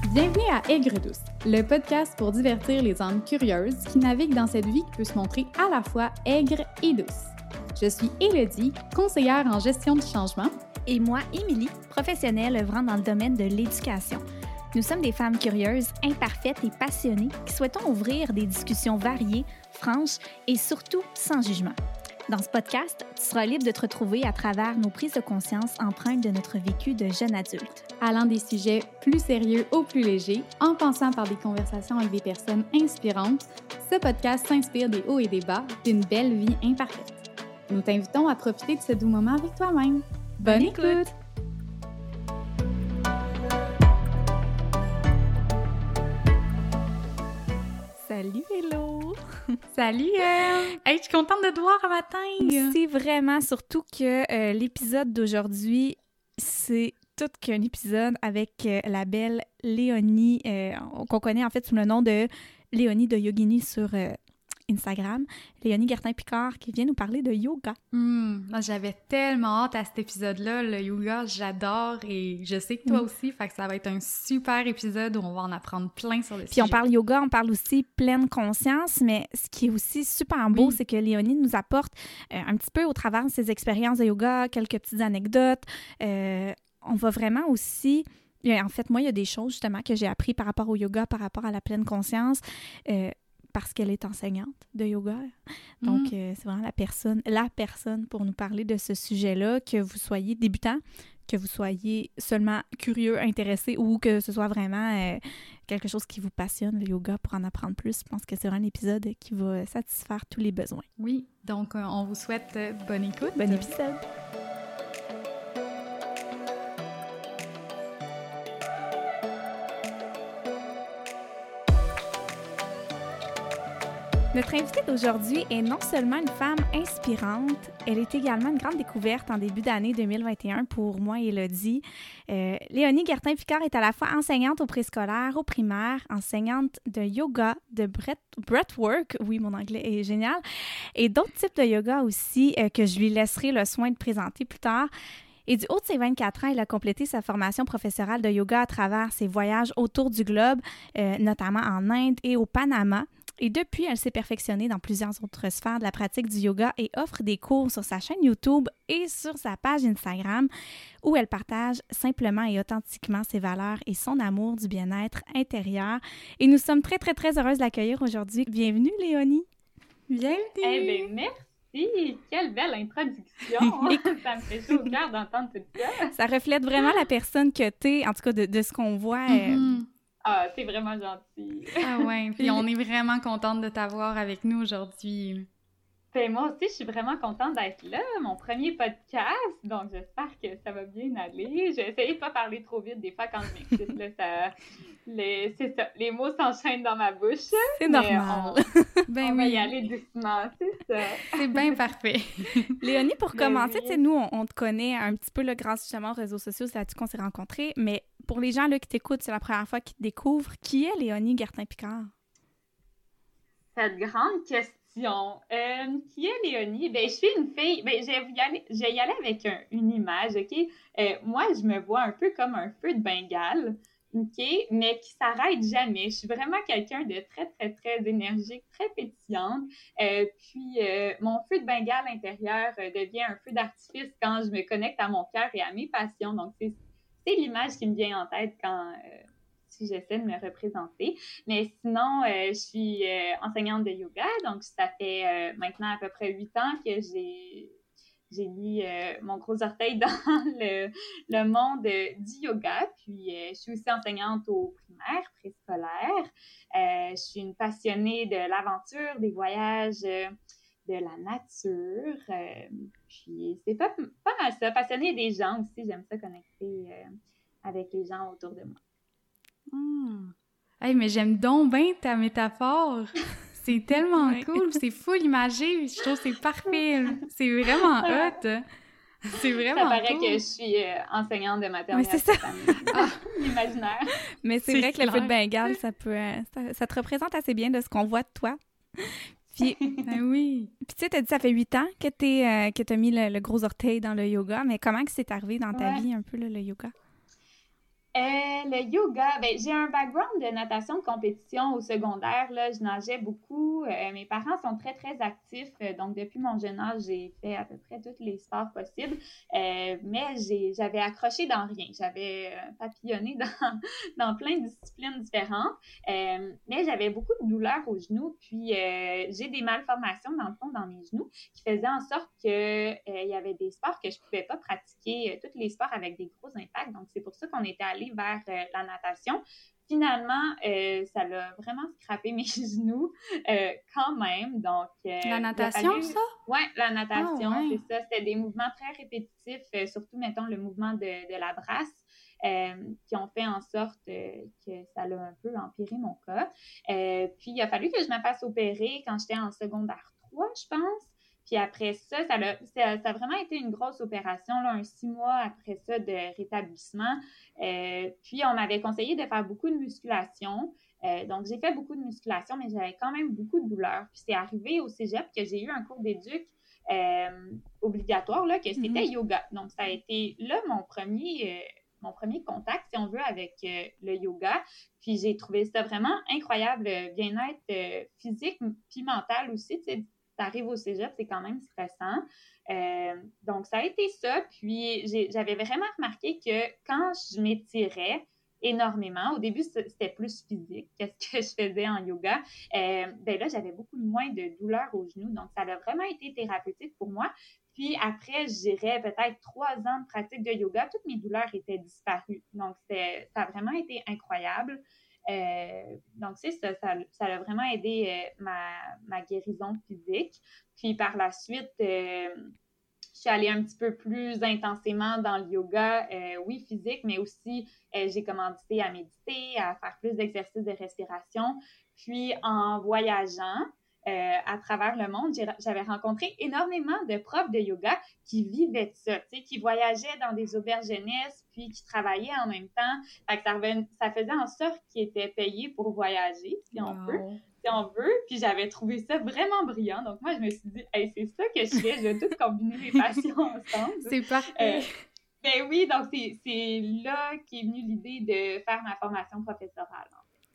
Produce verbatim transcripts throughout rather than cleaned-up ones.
Bienvenue à Aigre Douce, le podcast pour divertir les âmes curieuses qui naviguent dans cette vie qui peut se montrer à la fois aigre et douce. Je suis Élodie, conseillère en gestion du changement. Et moi, Émilie, professionnelle œuvrant dans le domaine de l'éducation. Nous sommes des femmes curieuses, imparfaites et passionnées qui souhaitons ouvrir des discussions variées, franches et surtout sans jugement. Dans ce podcast, tu seras libre de te retrouver à travers nos prises de conscience empreintes de notre vécu de jeune adulte. Allant des sujets plus sérieux aux plus légers, en passant par des conversations avec des personnes inspirantes, ce podcast s'inspire des hauts et des bas d'une belle vie imparfaite. Nous t'invitons à profiter de ce doux moment avec toi-même. Bonne, Bonne écoute! écoute. Salut, hello! Salut! Euh... Hey, je suis contente de te voir un matin! C'est vraiment, surtout que euh, l'épisode d'aujourd'hui, c'est tout qu'un épisode avec euh, la belle Léonie, euh, qu'on connaît en fait sous le nom de Léonie de Yogini sur euh, Instagram. Léonie Gertin-Picard qui vient nous parler de yoga. Mmh, j'avais tellement hâte à cet épisode-là. Le yoga, j'adore et je sais que toi mmh. aussi, fait que ça va être un super épisode où on va en apprendre plein sur le Puis sujet. on parle yoga, on parle aussi pleine conscience, mais ce qui est aussi super beau, oui. c'est que Léonie nous apporte euh, un petit peu au travers de ses expériences de yoga, quelques petites anecdotes. Euh, on va vraiment aussi... En fait, moi, il y a des choses justement que j'ai appris par rapport au yoga, par rapport à la pleine conscience. Euh, parce qu'elle est enseignante de yoga. Donc, mmh. euh, c'est vraiment la personne, la personne pour nous parler de ce sujet-là, que vous soyez débutant, que vous soyez seulement curieux, intéressé ou que ce soit vraiment euh, quelque chose qui vous passionne, le yoga, pour en apprendre plus. Je pense que c'est vraiment un épisode qui va satisfaire tous les besoins. Oui, donc euh, on vous souhaite euh, bonne écoute. Bon épisode. Notre invitée d'aujourd'hui est non seulement une femme inspirante, elle est également une grande découverte en début d'année deux mille vingt et un pour moi, Élodie. Euh, Léonie Gertin-Picard est à la fois enseignante au préscolaire, au primaire, enseignante de yoga, de breath, breathwork, oui, mon anglais est génial, et d'autres types de yoga aussi euh, que je lui laisserai le soin de présenter plus tard. Et du haut de ses vingt-quatre ans, elle a complété sa formation professorale de yoga à travers ses voyages autour du globe, euh, notamment en Inde et au Panama. Et depuis, elle s'est perfectionnée dans plusieurs autres sphères de la pratique du yoga et offre des cours sur sa chaîne YouTube et sur sa page Instagram où elle partage simplement et authentiquement ses valeurs et son amour du bien-être intérieur. Et nous sommes très, très, très heureuses de l'accueillir aujourd'hui. Bienvenue, Léonie! Bienvenue! Eh bien, merci! Quelle belle introduction! Ça me fait chaud au cœur d'entendre tout ça! Ça reflète vraiment la personne que t'es, en tout cas de, de ce qu'on voit... Mm-hmm. Euh... Ah, c'est vraiment gentil. Ah ouais, puis on est vraiment contente de t'avoir avec nous aujourd'hui. Ben, moi aussi, je suis vraiment contente d'être là, mon premier podcast, donc j'espère que ça va bien aller. J'ai essayé de pas parler trop vite, des fois quand je m'excite, là, ça... Les... c'est ça, les mots s'enchaînent dans ma bouche. C'est normal. On, ben on oui. va y aller doucement, c'est ça. C'est bien parfait. Léonie, pour ben commencer, oui. tu sais, nous, on, on te connaît un petit peu là, grâce justement aux réseaux sociaux, c'est là-dessus qu'on s'est rencontrés, mais pour les gens là, qui t'écoutent, c'est la première fois qu'ils te découvrent, qui est Léonie Gertin-Picard? Cette grande question. Euh, qui est Léonie? Ben, je suis une fille. Ben, je vais y aller, je vais y aller avec un, une image, OK? Euh, moi, je me vois un peu comme un feu de Bengale, OK? Mais qui s'arrête jamais. Je suis vraiment quelqu'un de très, très, très énergique, très pétillante. Euh, puis, euh, mon feu de Bengale intérieur euh, devient un feu d'artifice quand je me connecte à mon cœur et à mes passions. Donc, c'est, c'est l'image qui me vient en tête quand... Euh, si j'essaie de me représenter. Mais sinon, euh, je suis euh, enseignante de yoga, donc ça fait euh, maintenant à peu près huit ans que j'ai, j'ai mis euh, mon gros orteil dans le, le monde euh, du yoga. Puis, euh, je suis aussi enseignante au primaire, préscolaire. Euh, je suis une passionnée de l'aventure, des voyages, euh, de la nature. Euh, puis, c'est pas, pas mal ça. Passionnée des gens aussi, j'aime ça connecter euh, avec les gens autour de moi. Mmh. Hey, mais j'aime donc bien ta métaphore. C'est tellement ouais. cool, c'est full imagé. Je trouve que c'est parfait. C'est vraiment hot. C'est vraiment Ça paraît cool. que je suis euh, enseignante de maternelle. Oui, c'est ça. Ah, l'imaginaire. Mais c'est, c'est vrai que clair. Le feu de Bengale, ça peut, ça, ça te représente assez bien de ce qu'on voit de toi. Puis, ben oui. Puis tu sais, t'as dit ça fait huit ans que t'es, euh, que t'as mis le, le gros orteil dans le yoga, mais comment que c'est arrivé dans ta ouais. vie un peu là, le yoga? Euh, le yoga, ben, j'ai un background de natation de compétition au secondaire. Là, je nageais beaucoup. Euh, mes parents sont très, très actifs. Euh, donc, depuis mon jeune âge, j'ai fait à peu près tous les sports possibles. Euh, mais j'ai, j'avais accroché dans rien. J'avais euh, papillonné dans, dans plein de disciplines différentes. Euh, mais j'avais beaucoup de douleurs aux genoux. Puis, euh, j'ai des malformations, dans le fond, dans mes genoux qui faisaient en sorte qu'il euh, y avait des sports que je ne pouvais pas pratiquer. Euh, tous les sports avec des gros impacts. Donc, c'est pour ça qu'on était allé vers euh, la natation. Finalement, euh, ça l'a vraiment scrappé mes genoux euh, quand même. Donc, euh, la natation, fallu... ça? Oui, la natation, oh, ouais. c'est ça. C'était des mouvements très répétitifs, euh, surtout, mettons, le mouvement de, de la brasse, euh, qui ont fait en sorte euh, que ça l'a un peu empiré mon cas. Euh, puis, il a fallu que je me fasse opérer quand j'étais en secondaire trois, je pense. Puis après ça, ça a, ça, ça a vraiment été une grosse opération, là, un six mois après ça de rétablissement. Euh, puis on m'avait conseillé de faire beaucoup de musculation. Euh, donc j'ai fait beaucoup de musculation, mais j'avais quand même beaucoup de douleurs. Puis c'est arrivé au cégep que j'ai eu un cours d'éduc euh, obligatoire, là, que c'était mm-hmm. yoga. Donc ça a été là mon premier... Euh, mon premier contact, si on veut, avec euh, le yoga. Puis j'ai trouvé ça vraiment incroyable, bien-être euh, physique puis mental aussi. Tu sais, t'arrives au cégep, c'est quand même stressant. Euh, donc, ça a été ça. Puis, j'ai, j'avais vraiment remarqué que quand je m'étirais énormément, au début, c'était plus physique que ce que je faisais en yoga. Euh, ben là, j'avais beaucoup moins de douleurs aux genoux. Donc, ça a vraiment été thérapeutique pour moi. Puis après, je dirais peut-être trois ans de pratique de yoga, toutes mes douleurs étaient disparues. Donc, c'est, ça a vraiment été incroyable. Euh, donc, c'est ça, ça, ça a vraiment aidé euh, ma, ma guérison physique. Puis par la suite, euh, je suis allée un petit peu plus intensément dans le yoga, euh, oui, physique, mais aussi euh, j'ai commencé à méditer, à faire plus d'exercices de respiration. Puis en voyageant, Euh, à travers le monde, j'ai, j'avais rencontré énormément de profs de yoga qui vivaient de ça, tu sais, qui voyageaient dans des auberges jeunesse, puis qui travaillaient en même temps. Fait que ça, reven, ça faisait en sorte qu'ils étaient payés pour voyager, si on wow. peut, si on veut. Puis j'avais trouvé ça vraiment brillant. Donc moi, je me suis dit, hey, c'est ça que je fais, je vais tout combiner mes passions ensemble. C'est parfait. Euh, ben oui, donc c'est, c'est là qu'est venue l'idée de faire ma formation professorale.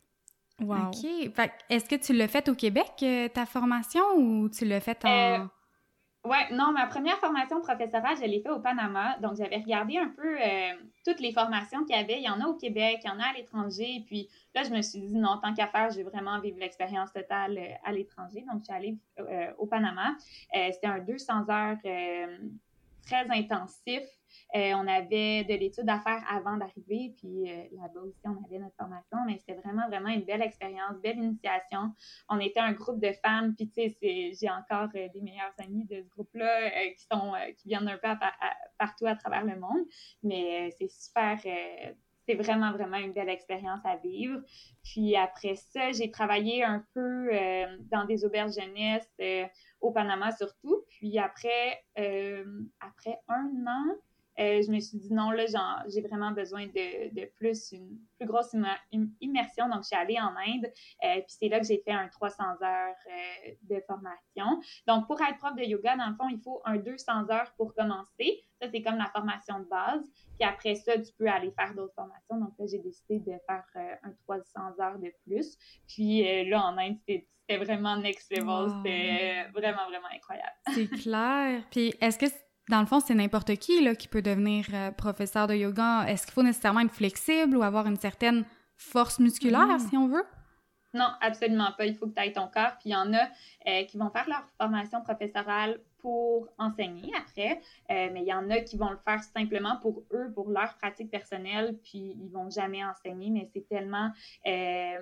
Wow. OK. Fait, est-ce que tu l'as fait au Québec, euh, ta formation, ou tu l'as fait en... Euh, oui, non, ma première formation professorale, je l'ai fait au Panama. Donc, j'avais regardé un peu euh, toutes les formations qu'il y avait. Il y en a au Québec, il y en a à l'étranger. Puis là, je me suis dit, non, tant qu'à faire, je vais vraiment vivre l'expérience totale euh, à l'étranger. Donc, je suis allée euh, au Panama. Euh, c'était un deux cents heures euh, très intensif. Euh, on avait de l'étude à faire avant d'arriver, puis euh, là-bas aussi, on avait notre formation, mais c'était vraiment, vraiment une belle expérience, belle initiation. On était un groupe de femmes, puis tu sais, c'est, j'ai encore euh, des meilleures amies de ce groupe-là euh, qui sont, euh, qui viennent un peu à, à, partout à travers le monde, mais euh, c'est super... Euh, c'est vraiment, vraiment une belle expérience à vivre. Puis après ça, j'ai travaillé un peu euh, dans des auberges jeunesse euh, au Panama surtout. Puis après, euh, après un an, Euh, je me suis dit non, là, genre, j'ai vraiment besoin de, de plus, une plus grosse im- immersion. Donc, je suis allée en Inde, euh, puis c'est là que j'ai fait un trois cents heures euh, de formation. Donc, pour être prof de yoga, dans le fond, il faut un deux cents heures pour commencer. Ça, c'est comme la formation de base. Puis après ça, tu peux aller faire d'autres formations. Donc là, j'ai décidé de faire euh, un trois cents heures de plus. Puis euh, là, en Inde, c'était, c'était vraiment next level. Wow. C'était vraiment, vraiment incroyable. C'est clair. Puis est-ce que dans le fond, c'est n'importe qui là, qui peut devenir euh, professeur de yoga? Est-ce qu'il faut nécessairement être flexible ou avoir une certaine force musculaire, mmh. si on veut? Non, absolument pas. Il faut que tu ailles ton corps. Puis il y en a euh, qui vont faire leur formation professorale pour enseigner après, euh, mais il y en a qui vont le faire simplement pour eux, pour leur pratique personnelle, puis ils vont jamais enseigner, mais c'est tellement euh,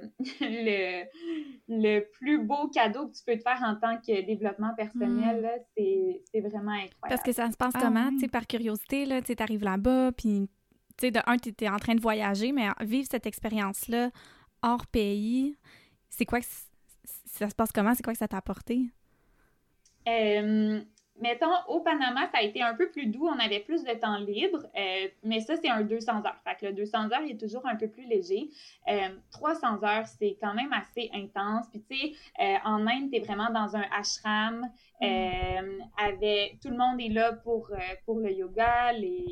le, le plus beau cadeau que tu peux te faire en tant que développement personnel, mmh. là, c'est, c'est vraiment incroyable. Parce que ça se passe ah, comment, oui. tu sais, par curiosité, là, tu arrives là-bas, puis, tu sais, de un, tu es en train de voyager, mais vivre cette expérience-là hors pays, c'est quoi que ça se passe comment? C'est quoi que ça t'a apporté? Euh, mettons, au Panama, ça a été un peu plus doux. On avait plus de temps libre, euh, mais ça, c'est un deux cents heures. Fait que le deux cents heures, il est toujours un peu plus léger. Euh, trois cents heures, c'est quand même assez intense. Puis, tu sais, euh, en Inde, t'es vraiment dans un ashram. Euh, avec, tout le monde est là pour, euh, pour le yoga. Les,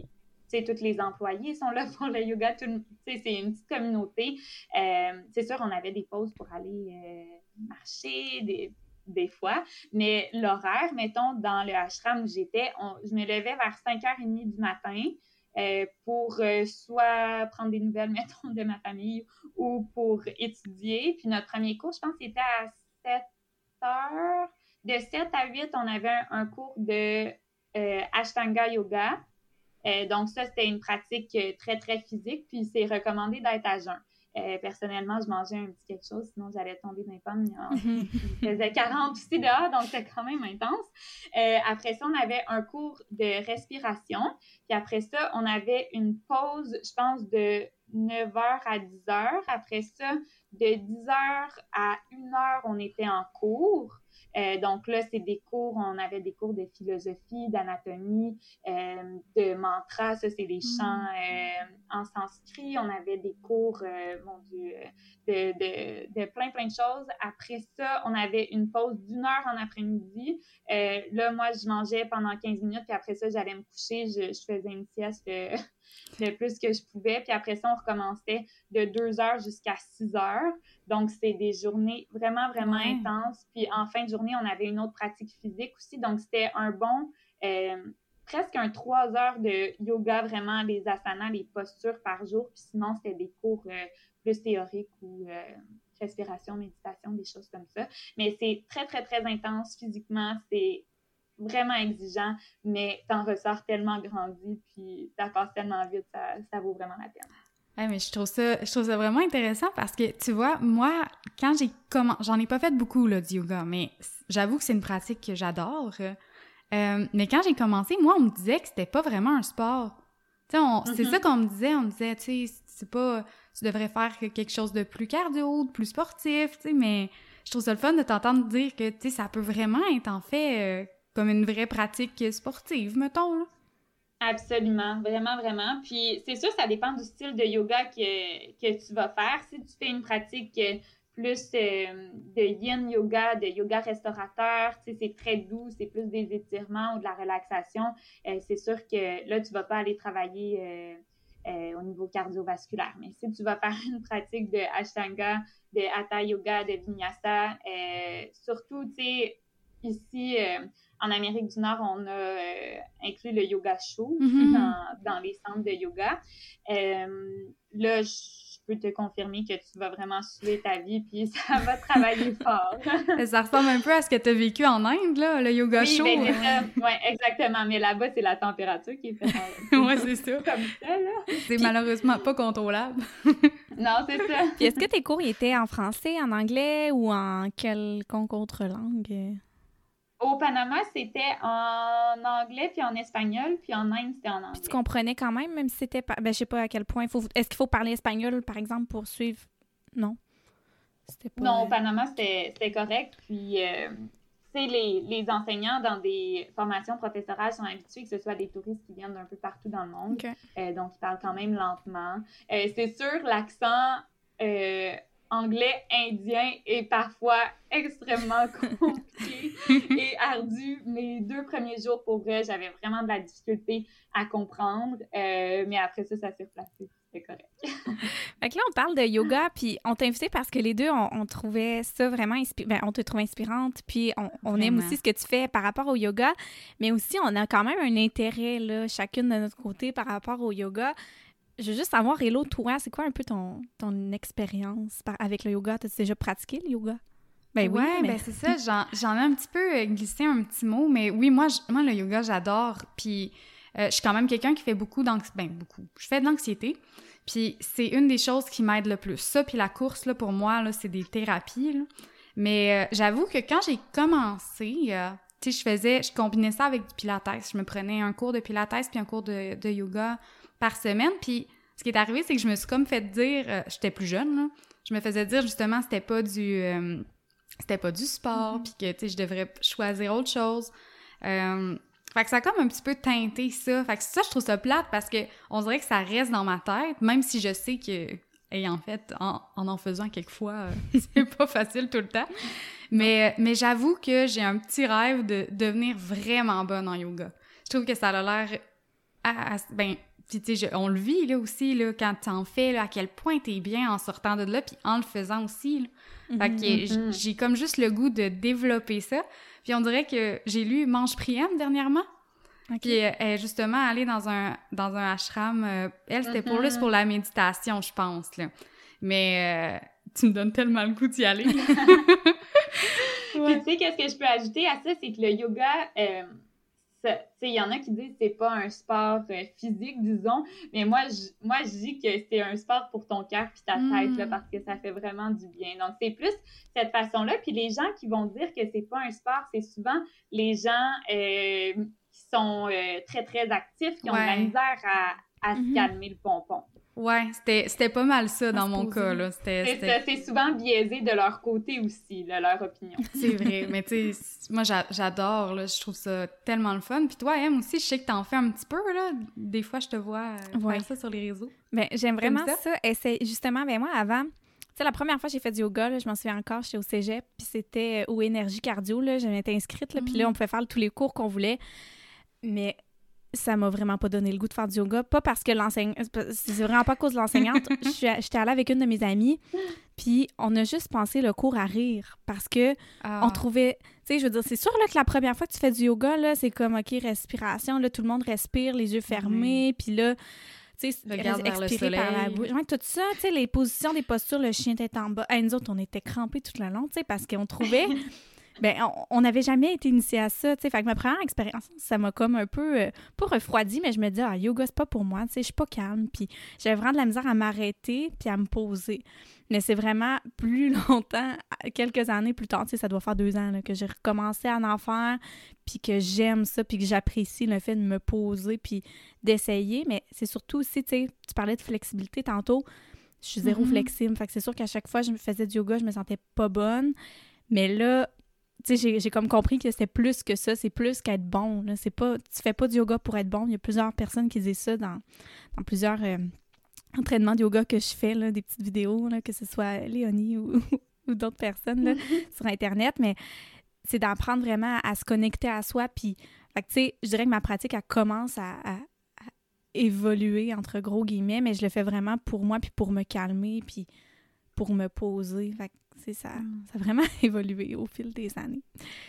sais, tous les employés sont là pour le yoga. Tu sais, c'est une petite communauté. Euh, c'est sûr, on avait des pauses pour aller euh, marcher, des, des fois, mais l'horaire, mettons, dans le ashram où j'étais, on, je me levais vers cinq heures trente du matin euh, pour euh, soit prendre des nouvelles, mettons, de ma famille ou pour étudier. Puis notre premier cours, je pense, c'était à sept heures. De sept à huit, on avait un, un cours de euh, Ashtanga Yoga. Euh, donc ça, c'était une pratique très, très physique, puis c'est recommandé d'être à jeun. Euh, personnellement, je mangeais un petit quelque chose, sinon j'allais tomber dans les pommes. Il faisait quarante aussi dehors, donc c'était quand même intense. Euh, après ça, on avait un cours de respiration. Puis après ça, on avait une pause, je pense, de neuf heures à dix heures. Après ça, de dix heures à une heure, on était en cours. Euh, donc là, c'est des cours, on avait des cours de philosophie, d'anatomie, euh, de mantra, ça c'est des chants euh, en sanskrit. On avait des cours, euh, mon Dieu, de, de, de plein, plein de choses. Après ça, on avait une pause d'une heure en après-midi. Euh, là, moi, je mangeais pendant quinze minutes, puis après ça, j'allais me coucher. Je, je faisais une sieste le, le plus que je pouvais. Puis après ça, on recommençait de deux heures jusqu'à six heures. Donc, c'est des journées vraiment, vraiment ouais. intenses. Puis en fin de journée, on avait une autre pratique physique aussi. Donc, c'était un bon, euh, presque un trois heures de yoga, vraiment, les asanas, les postures par jour. Puis sinon, c'était des cours euh, plus théoriques ou euh, respiration, méditation, des choses comme ça. Mais c'est très, très, très intense physiquement. C'est vraiment exigeant, mais t'en ressors tellement grandi, puis ça passe tellement vite, ça, ça vaut vraiment la peine. Ouais, mais je trouve ça, je trouve ça vraiment intéressant parce que, tu vois, moi, quand j'ai commencé, j'en ai pas fait beaucoup, là, du yoga, mais j'avoue que c'est une pratique que j'adore. Euh, mais quand j'ai commencé, moi, on me disait que c'était pas vraiment un sport. Tu sais, mm-hmm. c'est ça qu'on me disait. On me disait, tu sais, c'est pas, tu devrais faire quelque chose de plus cardio, de plus sportif, tu sais, mais je trouve ça le fun de t'entendre dire que, tu sais, ça peut vraiment être, en fait, euh, comme une vraie pratique sportive, mettons, là. Absolument, vraiment, vraiment. Puis c'est sûr, ça dépend du style de yoga que, que tu vas faire. Si tu fais une pratique plus euh, de yin yoga, de yoga restaurateur, tu sais, c'est très doux, c'est plus des étirements ou de la relaxation, euh, c'est sûr que là, tu vas pas aller travailler euh, euh, au niveau cardiovasculaire. Mais si tu vas faire une pratique de Ashtanga, de Hatha Yoga, de Vinyasa, euh, surtout, tu sais, ici... Euh, en Amérique du Nord, on a euh, inclus le yoga chaud mm-hmm. dans, dans les centres de yoga. Euh, là, je peux te confirmer que tu vas vraiment suer ta vie, puis ça va travailler fort. Ça ressemble un peu à ce que tu as vécu en Inde, là, le yoga oui, chaud. Oui, ben, c'est ça. Oui, exactement. Mais là-bas, c'est la température qui est faite. Oui, c'est ça. Comme ça, là. C'est puis... malheureusement pas contrôlable. Non, c'est ça. Puis est-ce que tes cours étaient en français, en anglais ou en quelconque autre langue? Au Panama, c'était en anglais, puis en espagnol, puis en Inde, c'était en anglais. Puis tu comprenais quand même, même si c'était... Ben, je sais pas à quel point. Faut... Est-ce qu'il faut parler espagnol, par exemple, pour suivre? Non. C'était pas... Non, au Panama, c'était, c'était correct. Puis, euh, tu sais, les, les enseignants dans des formations professorales sont habitués que ce soit des touristes qui viennent d'un peu partout dans le monde. Okay. Euh, donc, ils parlent quand même lentement. Euh, c'est sûr, l'accent... Euh, anglais indien est parfois extrêmement compliqué et ardu. Mes deux premiers jours, pour vrai, j'avais vraiment de la difficulté à comprendre, euh, mais après ça, ça s'est replacé. C'était correct. Fait que là, on parle de yoga, puis on t'a invité parce que les deux, on, on trouvait ça vraiment inspirant. Ben, on te trouve inspirante, puis on, on aime aussi ce que tu fais par rapport au yoga, mais aussi, on a quand même un intérêt, là, chacune de notre côté par rapport au yoga. Je veux juste savoir, Hello, toi, c'est quoi un peu ton, ton expérience par, avec le yoga? T'as déjà pratiqué le yoga? Ben oui, ouais, mais... ben c'est ça, j'en, j'en ai un petit peu glissé un petit mot, mais oui, moi, je, moi le yoga, j'adore, puis euh, je suis quand même quelqu'un qui fait beaucoup d'anxiété, ben beaucoup, je fais de l'anxiété, puis c'est une des choses qui m'aide le plus. Ça, puis la course, là, pour moi, là, c'est des thérapies, là. Mais euh, j'avoue que quand j'ai commencé... Euh, tu sais, je faisais, je combinais ça avec du pilates. Je me prenais un cours de pilates puis un cours de, de yoga par semaine. Puis ce qui est arrivé, c'est que je me suis comme fait dire, euh, j'étais plus jeune, là, je me faisais dire justement c'était pas du euh, c'était pas du sport, mm-hmm. puis que, tu sais, je devrais choisir autre chose. Euh, fait que ça a comme un petit peu teinté ça. Fait que ça, je trouve ça plate parce que on dirait que ça reste dans ma tête, même si je sais que, et en fait, en en, en faisant quelquefois, euh, c'est pas facile tout le temps. Mais, mais j'avoue que j'ai un petit rêve de devenir vraiment bonne en yoga. Je trouve que ça a l'air... À, à, ben, Puis, tu sais, on le vit, là, aussi, là, quand t'en fais, là, à quel point t'es bien en sortant de là, puis en le faisant aussi, là. Fait que mm-hmm. j'ai comme juste le goût de développer ça. Puis on dirait que j'ai lu Mange Priam dernièrement. Okay. Puis elle est justement allée dans un, dans un ashram. Euh, elle, c'était mm-hmm. pour plus pour la méditation, je pense, là. Mais euh, tu me donnes tellement le goût d'y aller. Ouais. Puis tu sais, qu'est-ce que je peux ajouter à ça, c'est que le yoga... Euh, il y en a qui disent que c'est pas un sport euh, physique, disons, mais moi, je moi, je dis que c'est un sport pour ton cœur puis ta mm. tête, là, parce que ça fait vraiment du bien. Donc, c'est plus cette façon-là. Puis les gens qui vont dire que c'est pas un sport, c'est souvent les gens euh, qui sont euh, très, très actifs, qui ont ouais. de la misère à, à mm-hmm. se calmer le pompon. Ouais, c'était, c'était pas mal ça dans mon cas, là. C'était, c'est, c'était... c'est souvent biaisé de leur côté aussi, de leur opinion. C'est vrai, mais tu sais, moi, j'a- j'adore, là, je trouve ça tellement le fun. Puis toi, Em, aussi, je sais que t'en fais un petit peu, là. Des fois, je te vois ouais. faire ça sur les réseaux. Ben, j'aime vraiment ça. ça. Et c'est justement, ben moi, avant, tu sais, la première fois que j'ai fait du yoga, là, je m'en souviens encore, j'étais au cégep, puis c'était au Énergie Cardio, là, j'avais été inscrite, là, mm. puis là, on pouvait faire tous les cours qu'on voulait. Mais... ça m'a vraiment pas donné le goût de faire du yoga. Pas parce que l'enseignante... C'est vraiment pas à cause de l'enseignante. J'étais allée avec une de mes amies, puis on a juste pensé le cours à rire parce que ah. on trouvait... Tu sais, je veux dire, c'est sûr là, que la première fois que tu fais du yoga, là, c'est comme, OK, respiration, là, tout le monde respire, les yeux fermés, puis là... Tu sais, expirer par la bouche. Ouais, tout ça, tu sais, les positions des postures, le chien tête en bas. Hey, nous autres, on était crampés toute la longue, tu sais, parce qu'on trouvait... ben on n'avait jamais été initiés à ça, tu sais. Fait que ma première expérience, ça m'a comme un peu, euh, pas refroidi, mais je me dis, ah, yoga, c'est pas pour moi, tu sais, je suis pas calme. Puis j'avais vraiment de la misère à m'arrêter puis à me poser. Mais c'est vraiment plus longtemps, quelques années plus tard, tu sais, ça doit faire deux ans, là, que j'ai recommencé à en faire, puis que j'aime ça, puis que j'apprécie le fait de me poser puis d'essayer. Mais c'est surtout aussi, tu sais, tu parlais de flexibilité tantôt, je suis zéro mm-hmm. flexible. Fait que c'est sûr qu'à chaque fois que je me faisais du yoga, je me sentais pas bonne. Mais là, tu sais, j'ai, j'ai comme compris que c'était plus que ça, c'est plus qu'être bon, là. C'est pas, tu fais pas du yoga pour être bon. Il y a plusieurs personnes qui disent ça dans, dans plusieurs euh, entraînements de yoga que je fais, là, des petites vidéos, là, que ce soit Léonie ou, ou d'autres personnes là, sur Internet, mais c'est d'apprendre vraiment à, à se connecter à soi. Puis, fait que, tu sais, je dirais que ma pratique, elle commence à, à, à évoluer, entre gros guillemets, mais je le fais vraiment pour moi, puis pour me calmer, puis pour me poser. Fait que, c'est ça, mm. ça a vraiment évolué au fil des années.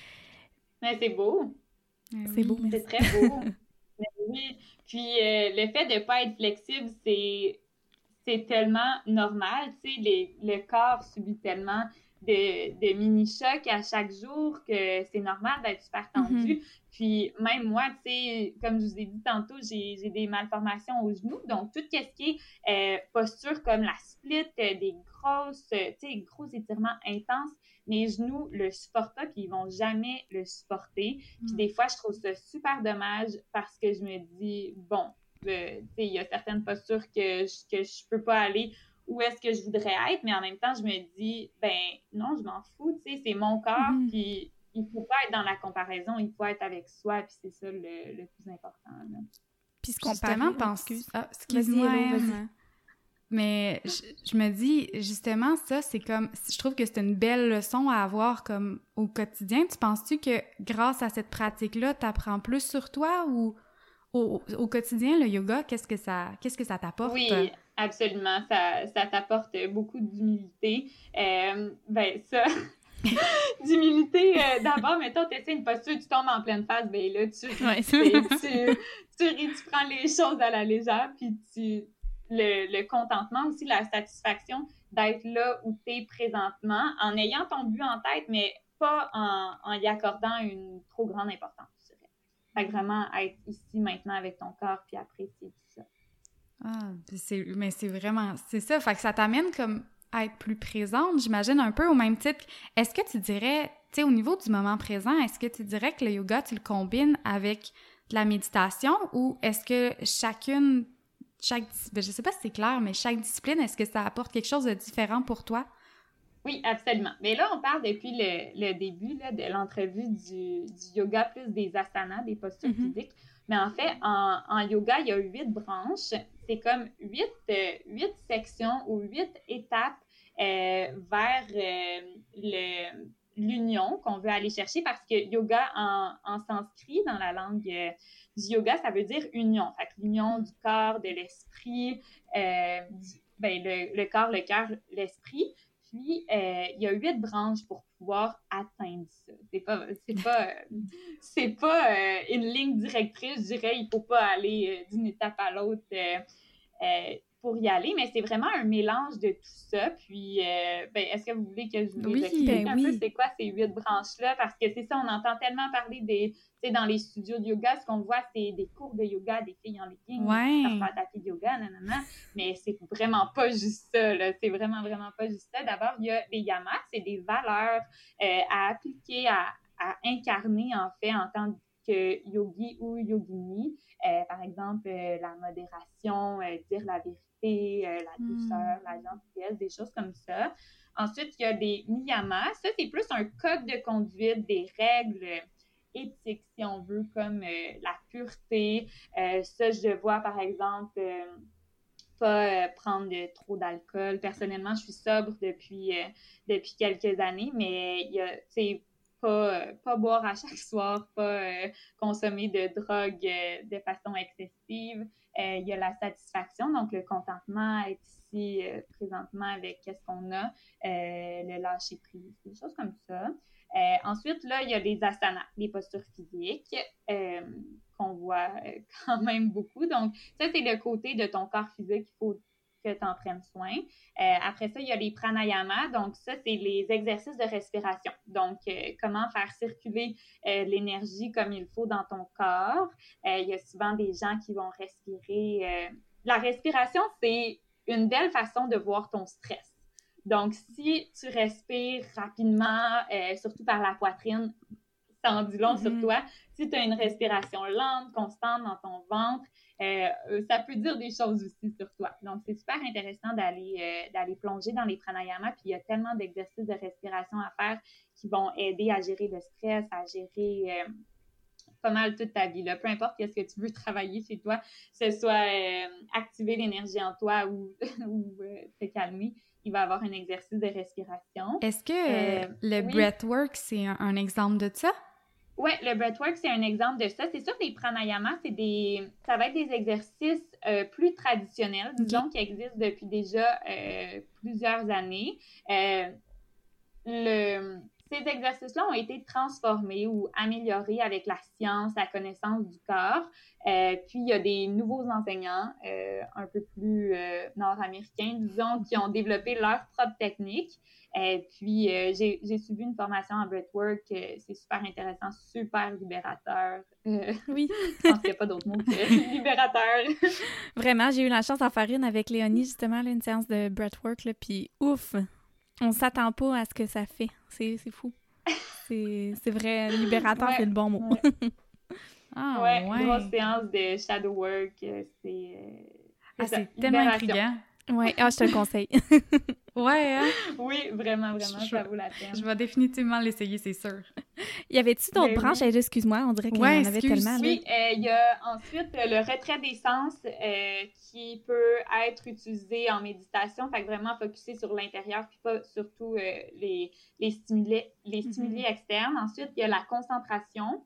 Mais c'est beau. C'est beau, merci. C'est très beau. Oui. Puis euh, le fait de ne pas être flexible, c'est, c'est tellement normal. Tu sais, les, le corps subit tellement de, de mini-chocs à chaque jour que c'est normal d'être super tendu. Mm-hmm. Puis même moi, tu sais, comme je vous ai dit tantôt, j'ai, j'ai des malformations aux genoux. Donc, tout ce qui est euh, posture comme la split, euh, des grosses, euh, tu sais, gros étirements intenses, mes genoux le supportent pas, puis ils vont jamais le supporter. Puis mm. des fois, je trouve ça super dommage parce que je me dis, bon, euh, tu sais, il y a certaines postures que je, que je peux pas aller où est-ce que je voudrais être, mais en même temps, je me dis, ben non, je m'en fous, tu sais, c'est mon corps, mm. puis il faut pas être dans la comparaison, il faut être avec soi, puis c'est ça le, le plus important, là. Puis ce qu'on justement pense... Ah, excuse-moi, vas-y, Hello, vas-y. Mais je, je me dis, justement, ça, c'est comme... Je trouve que c'est une belle leçon à avoir comme au quotidien. Tu penses-tu que grâce à cette pratique-là, tu apprends plus sur toi ou au, au quotidien, le yoga, qu'est-ce que ça, qu'est-ce que ça t'apporte? Oui, absolument. Ça, ça t'apporte beaucoup d'humilité. Euh, ben ça... d'humilité, euh, d'abord, mettons, tu essaies une posture, tu tombes en pleine face, ben là, tu ris, ouais. tu, tu, tu ris, tu prends les choses à la légère, puis tu... Le, le contentement aussi, la satisfaction d'être là où tu es présentement, en ayant ton but en tête, mais pas en, en y accordant une trop grande importance, je dirais. Fait que vraiment être ici, maintenant, avec ton corps, puis apprécier tout ça. Ah, c'est, mais c'est vraiment... C'est ça, fait que ça t'amène comme à être plus présente, j'imagine, un peu au même titre. Est-ce que tu dirais, tu sais, au niveau du moment présent, est-ce que tu dirais que le yoga, tu le combines avec de la méditation, ou est-ce que chacune... Chaque, ben je sais pas si c'est clair, mais chaque discipline, est-ce que ça apporte quelque chose de différent pour toi? Oui, absolument. Mais là, on parle depuis le, le début là, de l'entrevue du, du yoga plus des asanas, des postures mm-hmm. physiques. Mais en fait, en, en yoga, il y a huit branches. C'est comme huit, euh, huit sections ou huit étapes euh, vers euh, le, l'union qu'on veut aller chercher parce que yoga en, en sanskrit, dans la langue euh, du yoga, ça veut dire union. Fait que l'union du corps, de l'esprit, euh, du, ben, le, le corps, le cœur, l'esprit. Puis, euh, il y a huit branches pour pouvoir atteindre ça. C'est pas, c'est pas, euh, c'est pas euh, une ligne directrice, je dirais. Il faut pas aller euh, d'une étape à l'autre euh, euh, pour y aller, mais c'est vraiment un mélange de tout ça. Puis, euh, ben, est-ce que vous voulez que je vous oui, explique ben un oui. peu c'est quoi ces huit branches-là? Parce que c'est ça, on entend tellement parler des, tu sais, dans les studios de yoga, ce qu'on voit, c'est des cours de yoga, des filles en leggings, Ouais. ça fait tapis de yoga, nanana, mais c'est vraiment pas juste ça, là. C'est vraiment, vraiment pas juste ça. D'abord, il y a des yamas, c'est des valeurs euh, à appliquer, à, à incarner, en fait, en tant que yogi ou yogini. Euh, par exemple, euh, la modération, euh, dire la vérité, Euh, la douceur, mm. la gentillesse, des choses comme ça. Ensuite, il y a des niyamas. Ça, c'est plus un code de conduite, des règles éthiques, si on veut, comme euh, la pureté. Euh, ça, je vois, par exemple, euh, pas euh, prendre de, trop d'alcool. Personnellement, je suis sobre depuis, euh, depuis quelques années, mais il y a, tu sais, pas, euh, pas boire à chaque soir, pas euh, consommer de drogue euh, de façon excessive. Euh, il y a la satisfaction, donc le contentement, être ici euh, présentement avec qu'est-ce qu'on a, euh, le lâcher-prise, des choses comme ça. Euh, ensuite, là, il y a les asanas, les postures physiques euh, qu'on voit euh, quand même beaucoup. Donc, ça, c'est le côté de ton corps physique qu'il faut que tu en prennes soin. Euh, après ça, il y a les pranayamas. Donc, ça, c'est les exercices de respiration. Donc, euh, comment faire circuler euh, l'énergie comme il faut dans ton corps. Euh, il y a souvent des gens qui vont respirer. Euh... La respiration, c'est une belle façon de voir ton stress. Donc, si tu respires rapidement, euh, surtout par la poitrine, ça en dit long mm-hmm. sur toi. Si tu as une respiration lente, constante dans ton ventre, euh, ça peut dire des choses aussi sur toi. Donc, c'est super intéressant d'aller, euh, d'aller plonger dans les pranayamas. Puis, il y a tellement d'exercices de respiration à faire qui vont aider à gérer le stress, à gérer... Euh, pas mal toute ta vie, là. Peu importe qu'est-ce que tu veux travailler chez toi, que ce soit euh, activer l'énergie en toi ou, ou euh, te calmer, il va y avoir un exercice de respiration. Est-ce que euh, le oui. breathwork, c'est un, un exemple de ça? Oui, le breathwork, c'est un exemple de ça. C'est sûr que les pranayamas, c'est des, ça va être des exercices euh, plus traditionnels, disons, okay. qui existent depuis déjà euh, plusieurs années. Euh, le... Ces exercices-là ont été transformés ou améliorés avec la science, la connaissance du corps. Euh, puis, il y a des nouveaux enseignants, euh, un peu plus euh, nord-américains, disons, qui ont développé leur propre technique. Euh, puis, euh, j'ai, j'ai suivi une formation en breathwork. Euh, c'est super intéressant, super libérateur. Euh, oui. Je pense qu'il n'y a pas d'autre mot que libérateur. Vraiment, j'ai eu la chance d'en faire une avec Léonie, justement, là, une séance de breathwork. Là, puis, ouf! On s'attend pas à ce que ça fait. C'est, c'est fou. C'est, c'est vrai, libérateur, ouais, c'est le bon mot. Ouais, ah, ouais, ouais. Grosse séance de shadow work. C'est, c'est, ah, ça, c'est tellement intriguant. Ouais, ah, je te le conseille. ouais, hein? Oui, vraiment, vraiment, je, ça vaut la peine. Je vais définitivement l'essayer, c'est sûr. Y avait-tu d'autres branches? Oui. Excuse-moi, on dirait qu'il ouais, y en avait excuse. tellement. Oui, il euh, y a ensuite le retrait des sens euh, qui peut être utilisé en méditation, fait que vraiment focusser sur l'intérieur, puis pas surtout euh, les, les stimuli, les stimuli mm-hmm. externes. Ensuite, il y a la concentration.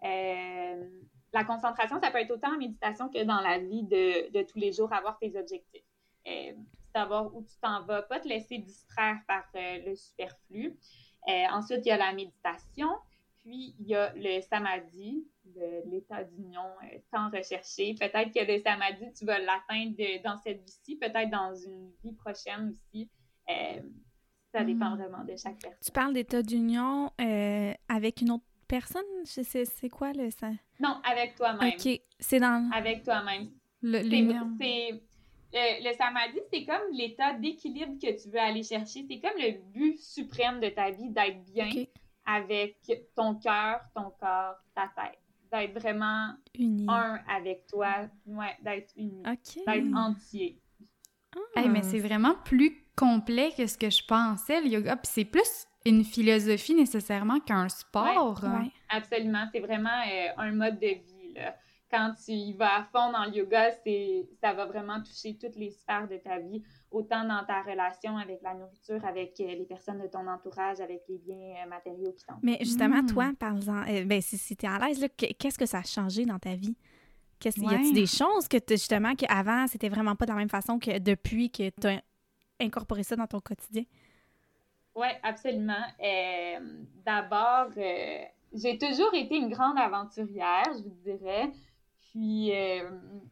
Euh, la concentration, ça peut être autant en méditation que dans la vie de, de tous les jours, avoir tes objectifs. Euh, savoir où tu t'en vas, pas te laisser distraire par euh, le superflu. Euh, ensuite, il y a la méditation, puis il y a le samadhi, le, l'état d'union euh, tant recherché. Peut-être que le samadhi, tu vas l'atteindre de, dans cette vie-ci, peut-être dans une vie prochaine aussi. Euh, ça dépend mmh. vraiment de chaque personne. Tu parles d'état d'union euh, avec une autre personne? Je sais, c'est quoi le ça? Non, avec toi-même. OK, c'est dans... Avec toi-même. Le, c'est, c'est, le, le samadhi, c'est comme l'état d'équilibre que tu veux aller chercher. C'est comme le but suprême de ta vie, d'être bien okay. avec ton cœur, ton corps, ta tête. D'être vraiment uni. Un avec toi. Ouais, d'être uni. Okay. D'être entier. Ah. Hey, mais c'est vraiment plus complet que ce que je pensais, le yoga. Puis c'est plus une philosophie nécessairement qu'un sport. Oui, ouais. Absolument. C'est vraiment euh, un mode de vie, là. quand tu y vas à fond dans le yoga, c'est, ça va vraiment toucher toutes les sphères de ta vie, autant dans ta relation avec la nourriture, avec euh, les personnes de ton entourage, avec les biens euh, matériaux qui t'entourent. Mais justement, Mm. toi, par exemple, euh, ben, si, si tu es à l'aise, là, que- qu'est-ce que ça a changé dans ta vie? Qu'est-ce, Ouais. Y a-t-il des choses que t'as- justement, qu'avant, c'était vraiment pas de la même façon que depuis que tu as incorporé ça dans ton quotidien? Oui, absolument. Euh, d'abord, euh, j'ai toujours été une grande aventurière, je vous dirais. Puis, euh,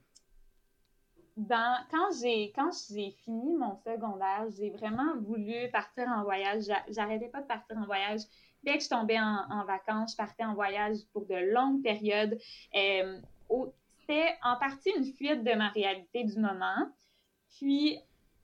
dans, quand j'ai quand j'ai fini mon secondaire, j'ai vraiment voulu partir en voyage. J'a- J'arrêtais pas de partir en voyage. Dès que je tombais en, en vacances, je partais en voyage pour de longues périodes. Euh, au- c'était en partie une fuite de ma réalité du moment. Puis,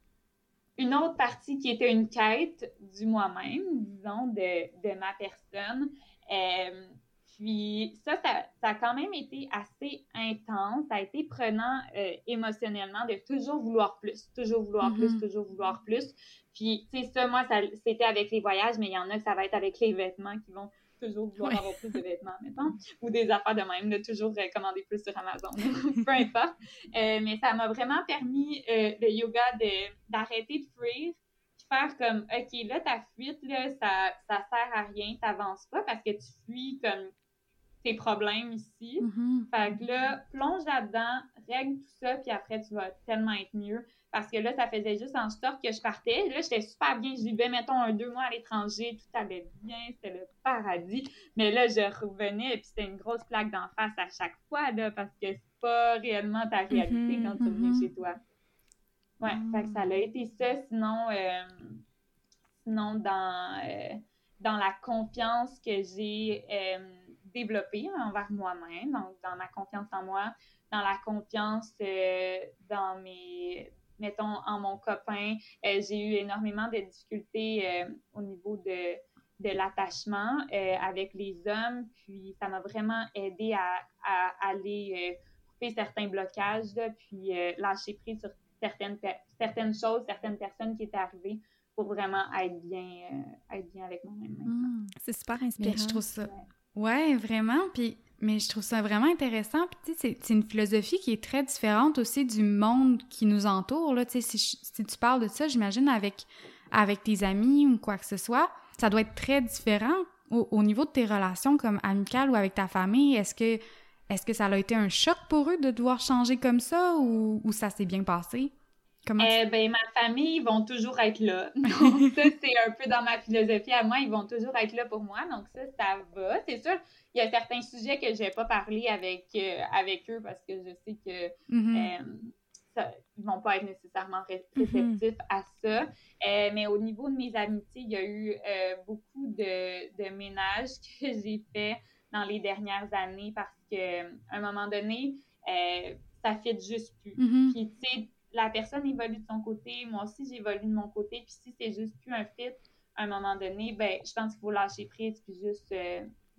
une autre partie qui était une quête du moi-même, disons, de, de ma personne. Euh, puis ça, ça, ça a quand même été assez intense. Ça a été prenant euh, émotionnellement de toujours vouloir plus, toujours vouloir Mhm. plus, toujours vouloir plus. Puis, tu sais, ça, moi, ça, c'était avec les voyages, mais il y en a que ça va être avec les vêtements qui vont toujours vouloir Ouais. avoir plus de vêtements, mettons, ou des affaires de même, là, toujours euh, commander plus sur Amazon, peu importe. Euh, mais ça m'a vraiment permis, euh, le yoga, de, d'arrêter de fuir, puis faire comme, OK, là, ta fuite, là, ça, ça sert à rien, t'avances pas parce que tu fuis comme tes problèmes ici. Mhm. Fait que là, plonge là-dedans, règle tout ça, puis après, tu vas tellement être mieux. Parce que là, ça faisait juste en sorte que je partais. Là, j'étais super bien. Je vivais, mettons, un deux mois à l'étranger. Tout allait bien. C'était le paradis. Mais là, je revenais et puis c'était une grosse plaque d'en face à chaque fois, là, parce que c'est pas réellement ta réalité Mhm, quand tu reviens mhm. chez toi. Ouais, Mm. fait que ça a été ça. Sinon, euh, sinon dans, euh, dans la confiance que j'ai euh, développée envers moi-même, donc dans ma confiance en moi, dans la confiance euh, dans mes, mettons, en mon copain, euh, j'ai eu énormément de difficultés euh, au niveau de, de l'attachement euh, avec les hommes, puis ça m'a vraiment aidé à, à aller euh, couper certains blocages, là, puis euh, lâcher prise sur certaines, certaines choses, certaines personnes qui étaient arrivées pour vraiment être bien, euh, être bien avec moi-même maintenant. Mm. C'est super Mais inspirant. je trouve ça... Ouais, vraiment. Puis, mais je trouve ça vraiment intéressant. Puis, tu sais, c'est, c'est une philosophie qui est très différente aussi du monde qui nous entoure, là. Tu sais, si, je- si tu parles de ça, j'imagine avec, avec tes amis ou quoi que ce soit, ça doit être très différent au, au niveau de tes relations comme amicales ou avec ta famille. Est-ce que, est-ce que ça a été un choc pour eux de devoir changer comme ça ou, ou ça s'est bien passé? Comment tu... Eh ben, ma famille, ils vont toujours être là. Donc, ça, c'est un peu dans ma philosophie à moi. Ils vont toujours être là pour moi. Donc, ça, ça va. C'est sûr, il y a certains sujets que je n'ai pas parlé avec, euh, avec eux parce que je sais que Mhm. euh, ça, ils ne vont pas être nécessairement ré- réceptifs à ça. Euh, mais au niveau de mes amitiés, il y a eu euh, beaucoup de, de ménages que j'ai fait dans les dernières années parce qu'à un moment donné, euh, ça ne fit juste plus. Mhm. Puis, tu sais, la personne évolue de son côté, moi aussi j'évolue de mon côté, puis si c'est juste plus un fit, à un moment donné, ben je pense qu'il faut lâcher prise puis juste euh,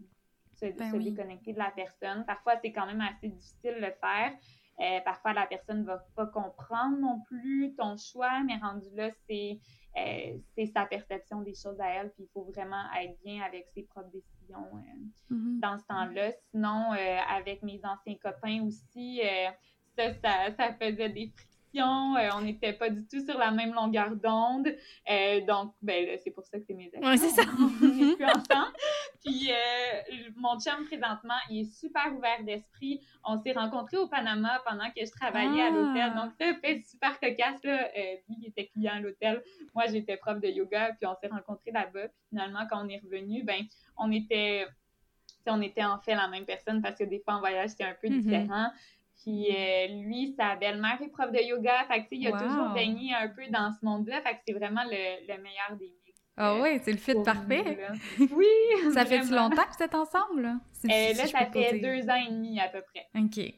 se, Ben se oui. déconnecter de la personne. Parfois, c'est quand même assez difficile de le faire. Euh, parfois, la personne ne va pas comprendre non plus ton choix, mais rendu là, c'est, euh, c'est sa perception des choses à elle, puis il faut vraiment être bien avec ses propres décisions euh, Mhm. dans ce temps-là. Sinon, euh, avec mes anciens copains aussi, euh, ça, ça, ça faisait des frictions. Euh, on n'était pas du tout sur la même longueur d'onde. Euh, donc, ben, là, c'est pour ça que c'est mes ex. Ouais, c'est ça. On n'est plus ensemble. Puis, euh, mon chum, présentement, il est super ouvert d'esprit. On s'est rencontrés au Panama pendant que je travaillais Ah. à l'hôtel. Donc, ça fait super cocasse. Là. Euh, lui, il était client à l'hôtel. Moi, j'étais prof de yoga. Puis, on s'est rencontrés là-bas. Puis, finalement, quand on est revenu, ben, on était, on était en fait la même personne parce que des fois, en voyage, c'était un peu Mhm. différent. Puis euh, lui, sa belle-mère est prof de yoga. Fait que, tu sais, il a Wow. toujours baigné un peu dans ce monde-là. Fait que c'est vraiment le, le meilleur des mix. Ah euh, ouais, c'est le fit pour parfait. nous, là. Oui! Ça fait-tu vraiment. longtemps que vous êtes ensemble, là? Si- Euh, si là, je ça peux fait poser. deux ans et demi à peu près. OK.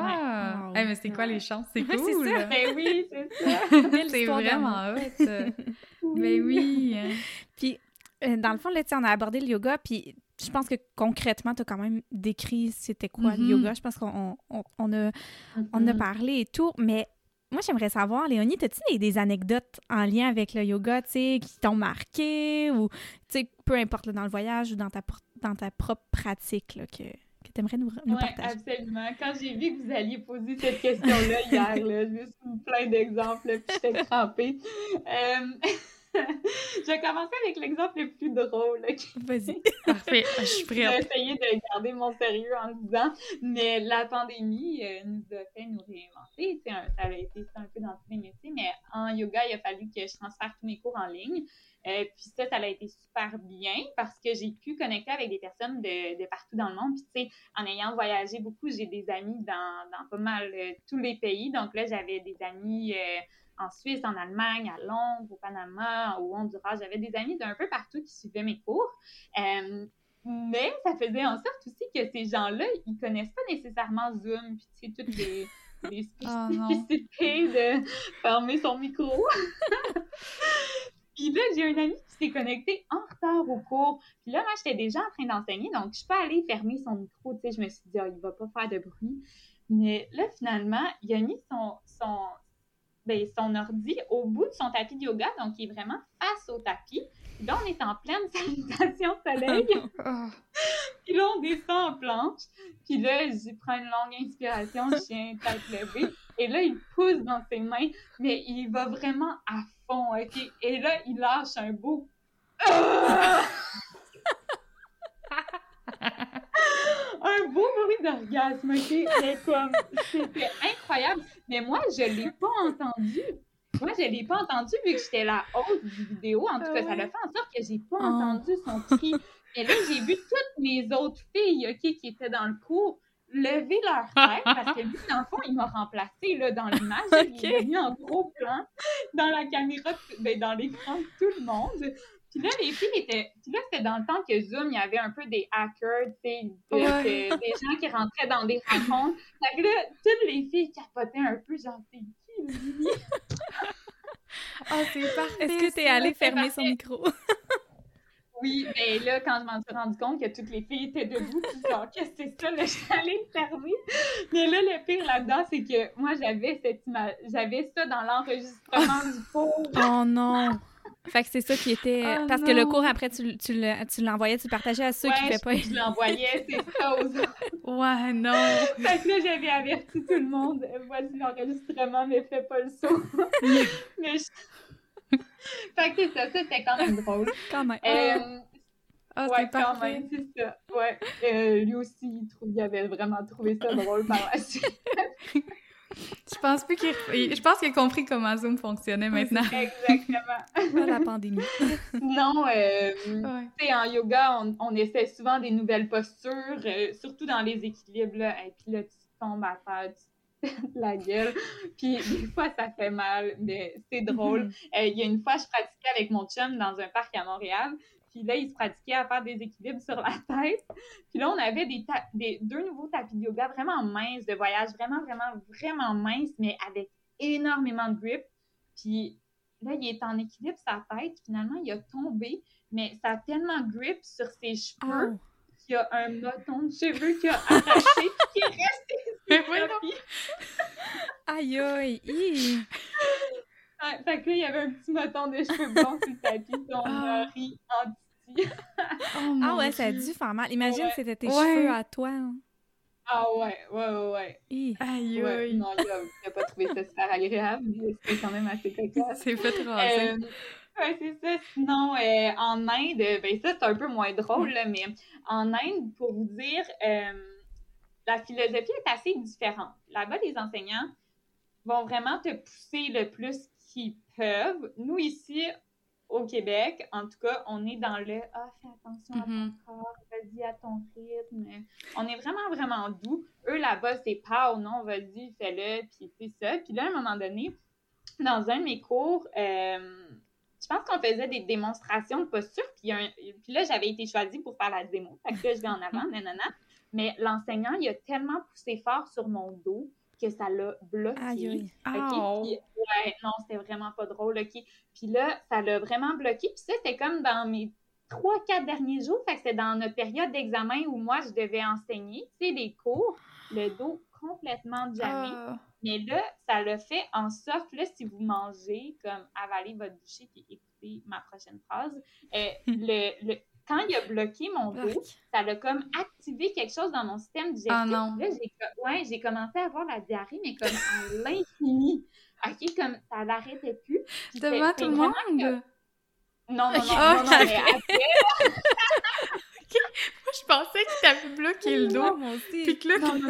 Ah! Wow. Eh, mais c'est quoi Ouais. les chances? C'est Ouais, cool! c'est ça. Ben oui, c'est ça. Belle C'est histoire vraiment hot! Ben oui! Puis, euh, dans le fond, là, tu sais, on a abordé le yoga, puis je pense que concrètement, tu as quand même décrit c'était quoi le Mhm. yoga. Je pense qu'on on, on a, on a Mhm. parlé et tout, mais moi, j'aimerais savoir, Léonie, as-tu des, des anecdotes en lien avec le yoga, tu sais, qui t'ont marqué ou, tu sais, peu importe, là, dans le voyage ou dans ta, pro- dans ta propre pratique, là, que, que aimerais nous, nous ouais, partager? Absolument. Quand j'ai vu que vous alliez poser cette question-là hier, là, je me suis mis plein d'exemples, là, puis j'étais crampée. Euh... Je vais commencer avec l'exemple le plus drôle. Okay? Vas-y. Parfait, je suis Je vais prête. essayer de garder mon sérieux en le disant, mais la pandémie euh, nous a fait nous réinventer. Un, ça a été ça un peu dans tous les métiers, mais en yoga, il a fallu que je transfère tous mes cours en ligne. Euh, puis ça, ça a été super bien parce que j'ai pu connecter avec des personnes de, de partout dans le monde. Puis tu sais, en ayant voyagé beaucoup, j'ai des amis dans, dans pas mal euh, tous les pays. Donc là, j'avais des amis... Euh, en Suisse, en Allemagne, à Londres, au Panama, au Honduras. J'avais des amis d'un peu partout qui suivaient mes cours. Euh, mais ça faisait en sorte aussi que ces gens-là, ils connaissent pas nécessairement Zoom, puis tu sais, toutes les, les spécificités oh de fermer son micro. Puis là, j'ai un ami qui s'est connecté en retard au cours. Puis là, moi, j'étais déjà en train d'enseigner, donc je suis pas allée fermer son micro. Tu sais, je me suis dit, oh, il va pas faire de bruit. Mais là, finalement, il a mis son... son Ben, son ordi au bout de son tapis de yoga, donc il est vraiment face au tapis. Puis là, on est en pleine salutation soleil. Puis là, on descend en planche. Puis là, j'y prends une longue inspiration, je tiens tête levée. Et là, il pousse dans ses mains, mais il va vraiment à fond, OK? Et là, il lâche un beau... un beau bruit d'orgasme, OK? Mais comme, c'était incroyable. Mais moi, je l'ai pas entendu. Moi, je l'ai pas entendu vu que j'étais la haute du vidéo. En tout cas, ah, ça l'a fait en sorte que j'ai pas oh. entendu son cri. Et là, j'ai vu toutes mes autres filles, OK, qui étaient dans le cours, lever leur tête parce que lui, dans le fond, il m'a remplacée là, dans l'image. Okay. Il est venu en gros plan dans la caméra, ben, dans l'écran de tout le monde. Puis là, les filles étaient... Puis là, c'était dans le temps que Zoom, il y avait un peu des hackers, tu sais, de... ouais. que... des gens qui rentraient dans des rencontres. Fait que là, toutes les filles capotaient un peu, genre, c'est qui, Lily? Oh, c'est parfait! Est-ce que t'es allée fermer son micro? Oui, mais là, quand je m'en suis rendu compte que toutes les filles étaient debout, puis genre, qu'est-ce que c'est ça? Là, je suis allée le fermer. Mais là, le pire là-dedans, c'est que moi, j'avais cette image... j'avais ça dans l'enregistrement du cours. Oh non! Fait que c'est ça qui était... Oh parce non. que le cours, après, tu, tu, le, tu l'envoyais, tu le partageais à ceux ouais, qui ne faisaient pas... je l'envoyais, c'est ça, aux autres. Ouais, non! Fait que là, j'avais averti tout le monde. Voici l'enregistrement, mais fais pas le saut. mais je... Fait que c'est ça, ça, c'était quand même drôle. Quand même. Euh, oh, ouais, quand même, c'est ça. Ouais. Euh, lui aussi, il, trouve, il avait vraiment trouvé ça drôle par la suite. Je pense plus qu'il... Je pense qu'il a compris comment Zoom fonctionnait maintenant. Exactement. Pas la pandémie. Non, euh, ouais. tu sais, en yoga, on, on essaie souvent des nouvelles postures, euh, surtout dans les équilibres, là. Et puis là, tu tombes à terre, tu te pètes la gueule. Puis des fois, ça fait mal, mais c'est drôle. Mm-hmm. euh, il y a une fois, je pratiquais avec mon chum dans un parc à Montréal. Puis là, il se pratiquait à faire des équilibres sur la tête. Puis là, on avait des, ta- des deux nouveaux tapis de yoga vraiment minces, de voyage, vraiment, vraiment, vraiment minces, mais avec énormément de grip. Puis là, il est en équilibre sa tête. Finalement, il a tombé, mais ça a tellement grip sur ses cheveux oh. qu'il y a un moton de cheveux qui a arraché qui est resté sur le tapis. Aïe, aïe, aïe! Ouais, fait que là, il y avait un petit moton de cheveux blancs sur le tapis, puis on a ri en petit. Oh, ah ouais, Dieu. Ça a dû faire mal. Imagine, ouais. C'était tes ouais. cheveux à toi. Hein. Ah ouais, ouais, ouais, ouais. Hi. Aïe, ouais. aïe. Non, il a, a pas trouvé ça super agréable, mais c'était quand même assez cocasse. C'est fait raser. Euh, ouais, c'est ça. Sinon, euh, en Inde, ben ça, c'est un peu moins drôle, là, mais en Inde, pour vous dire, euh, la philosophie est assez différente. Là-bas, les enseignants vont vraiment te pousser le plus qu'ils peuvent. Nous, ici, au Québec, en tout cas, on est dans le « Ah, fais attention à ton corps, vas-y à ton rythme ». On est vraiment, vraiment doux. Eux, là-bas, c'est « Pow, non, vas-y, fais-le », puis c'est ça. Puis là, à un moment donné, dans un de mes cours, euh, je pense qu'on faisait des démonstrations de posture, puis, un, puis là, j'avais été choisie pour faire la démo. Fait que là, je vais en avant, nanana. Mais l'enseignant, il a tellement poussé fort sur mon dos que ça l'a bloqué. Aïe, aïe. Okay? Oh. Puis, ouais, non, c'était vraiment pas drôle, OK? Puis là, ça l'a vraiment bloqué. Puis ça, c'était comme dans mes trois, quatre derniers jours. Fait que c'était dans notre période d'examen où moi, je devais enseigner, tu sais, des cours, le dos complètement jamais. Oh. Mais là, ça l'a fait en sorte, là, si vous mangez, comme avaler votre bouchée puis écoutez ma prochaine phrase, euh, le, le, quand il a bloqué mon dos, Arc. ça a comme activé quelque chose dans mon système digestif. Ah non. Là, j'ai, ouais, j'ai commencé à avoir la diarrhée, mais comme à l'infini. OK, comme ça n'arrêtait plus. Puis c'est- Devant c'est tout le vraiment monde? que- Non, non, non, Ok. non, non, mais après, Moi, je pensais que t'avais bloqué le dos. Moi aussi. Puis que là, non, non,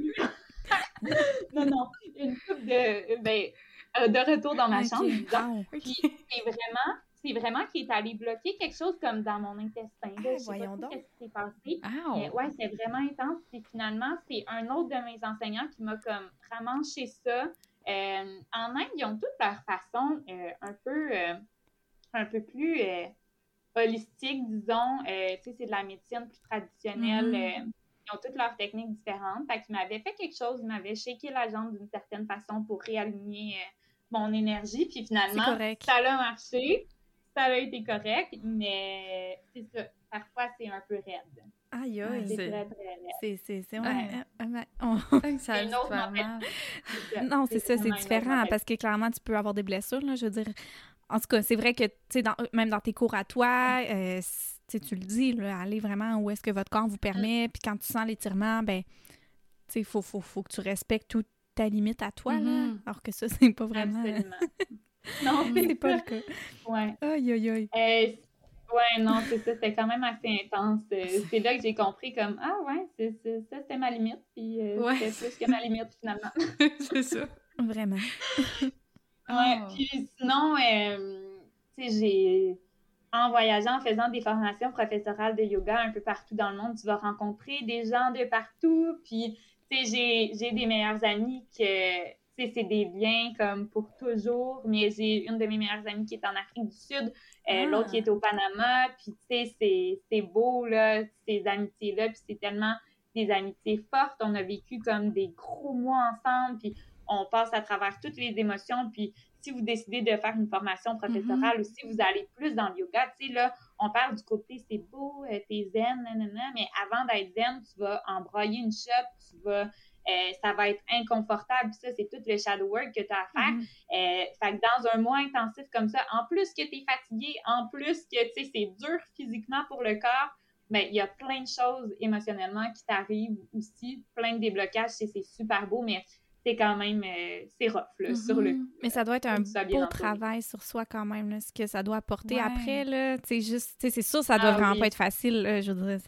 non. non, non, une coupe de, ben, euh, de retour dans ma Ok. chambre, disons. Wow. Puis c'est vraiment, c'est vraiment qu'il est allé bloquer quelque chose comme dans mon intestin. Là. Ah, Je sais voyons pas trop donc. qu'est-ce qui s'est passé. Ow. Mais ouais, c'est vraiment intense. Puis finalement, c'est un autre de mes enseignants qui m'a comme ramanché ça. Euh, en Inde, ils ont toutes leur façon euh, un peu, euh, un peu plus euh, holistique, disons. Euh, tu sais, c'est de la médecine plus traditionnelle. Mhm. Euh, ils ont toutes leurs techniques différentes. Fait qu'ils m'avaient fait quelque chose, ils m'avaient shaké la jambe d'une certaine façon pour réaligner euh, mon énergie. Puis C'est finalement, correct. ça a marché. Ça a été correct, mais c'est ça. Parfois, c'est un peu raide. Aïe, Ouais, aïe. C'est C'est- très, très raide. C'est, c'est, c'est, ouais. Ouais. euh, euh, on- Ça a C'est une dû autre faire mauvaise- mal. C'est ça. Non, c'est ça, c'est vraiment une autre différent mauvaise- parce que clairement, tu peux avoir des blessures, là, je veux dire. En tout cas, c'est vrai que, tu sais, dans- même dans tes cours à toi, euh, c- tu sais, tu le dis, là, aller vraiment où est-ce que votre corps vous permet, puis quand tu sens l'étirement, ben, tu sais, il faut, faut, faut que tu respectes toute ta limite à toi, là, Mhm. alors que ça, c'est pas vraiment... Absolument. Non, c'est c'est pas ça. le cas. Ouais. Aïe, aïe, aïe. Euh, ouais, non, c'est ça. C'était quand même assez intense. Euh, C'est là que j'ai compris comme, ah ouais, c'est, c'est, ça, c'était ma limite. Puis euh, Ouais. c'était plus que ma limite, finalement. C'est ça. Vraiment. Ouais, Oh. puis sinon, euh, tu sais, j'ai... En voyageant, en faisant des formations professorales de yoga un peu partout dans le monde, tu vas rencontrer des gens de partout. Puis, tu sais, j'ai, j'ai des meilleures amies que, tu sais, c'est des liens comme pour toujours. Mais j'ai une de mes meilleures amies qui est en Afrique du Sud, euh, Ah. l'autre qui est au Panama. Puis, tu sais, c'est, c'est beau, là, ces amitiés-là. Puis, c'est tellement des amitiés fortes. On a vécu comme des gros mois ensemble. Puis, on passe à travers toutes les émotions. Puis, si vous décidez de faire une formation professorale Mhm. ou si vous allez plus dans le yoga, tu sais, là, on parle du côté c'est beau, euh, t'es zen, nanana, mais avant d'être zen, tu vas embroyer une shop, tu vas, euh, ça va être inconfortable, puis ça, c'est tout le shadow work que tu as à faire. Mhm. Euh, fait que dans un mois intensif comme ça, en plus que tu es fatigué, en plus que, tu sais, c'est dur physiquement pour le corps, mais il y a plein de choses émotionnellement qui t'arrivent aussi, plein de déblocages, c'est, c'est super beau, mais c'est quand même, euh, c'est rough, là, Mhm. sur le coup. Mais ça doit être un Faut que tu sois bien beau entouré. travail sur soi quand même, là, ce que ça doit apporter Ouais. après, là. Tu sais, juste, tu sais, c'est sûr, ça doit Ah vraiment oui. pas être facile, là, je veux dire.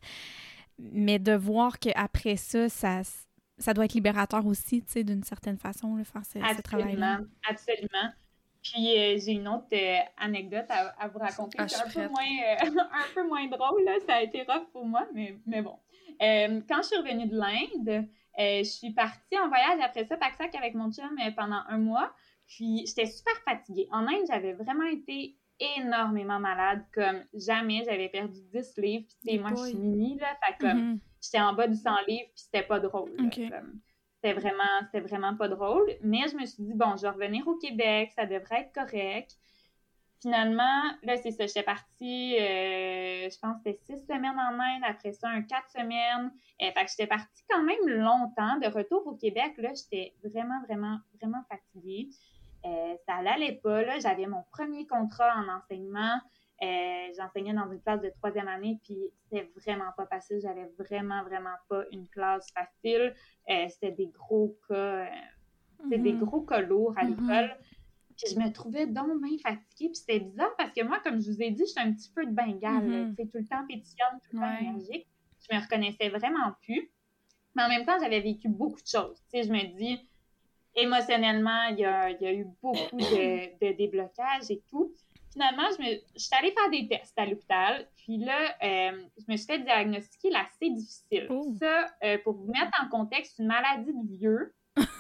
Mais de voir qu'après ça, ça, ça doit être libérateur aussi, tu sais, d'une certaine façon, là, faire ce, ce travail-là. Absolument, absolument. Puis euh, j'ai une autre euh, anecdote à, à vous raconter. Ah, C'est je un suis peu, prête. moins, euh, un peu moins drôle, là. Ça a été rough pour moi, mais, mais bon. Euh, quand je suis revenue de l'Inde, euh, je suis partie en voyage après ça, pack-sac avec mon chum euh, pendant un mois. Puis j'étais super fatiguée. En Inde, j'avais vraiment été énormément malade, comme jamais. J'avais perdu dix livres. Puis tu sais, Hey moi, je suis boy. mini, là. Fait comme, Mhm. j'étais en bas du cent livres, puis c'était pas drôle. là. OK. Comme, c'était vraiment, c'était vraiment pas drôle. Mais je me suis dit, bon, je vais revenir au Québec, ça devrait être correct. Finalement, là, c'est ça, j'étais partie, euh, je pense que c'était six semaines en Inde, après ça, un quatre semaines. Euh, fait que j'étais partie quand même longtemps. De retour au Québec, là, j'étais vraiment, vraiment, vraiment fatiguée. Euh, ça l'allait pas, là. J'avais mon premier contrat en enseignement. Euh, j'enseignais dans une classe de troisième année, puis c'était vraiment pas facile. J'avais vraiment, vraiment pas une classe facile. Euh, c'était des gros cas, euh, c'était des Mhm. gros cas lourds à Mhm. l'école. Puis je me trouvais donc bien fatiguée. Puis c'était bizarre parce que moi, comme je vous ai dit, j'étais un petit peu de Bengale. là. Mhm. Tu sais, tout le temps pétillante, tout le temps Ouais. énergique. Je me reconnaissais vraiment plus. Mais en même temps, j'avais vécu beaucoup de choses. Tu sais, je me dis, émotionnellement, il y a, il y a eu beaucoup de, de déblocages et tout. Finalement, je, me, je suis allée faire des tests à l'hôpital. Puis là, euh, je me suis fait diagnostiquer la C difficile. Oh. Ça, euh, pour vous mettre en contexte, c'est une maladie de vieux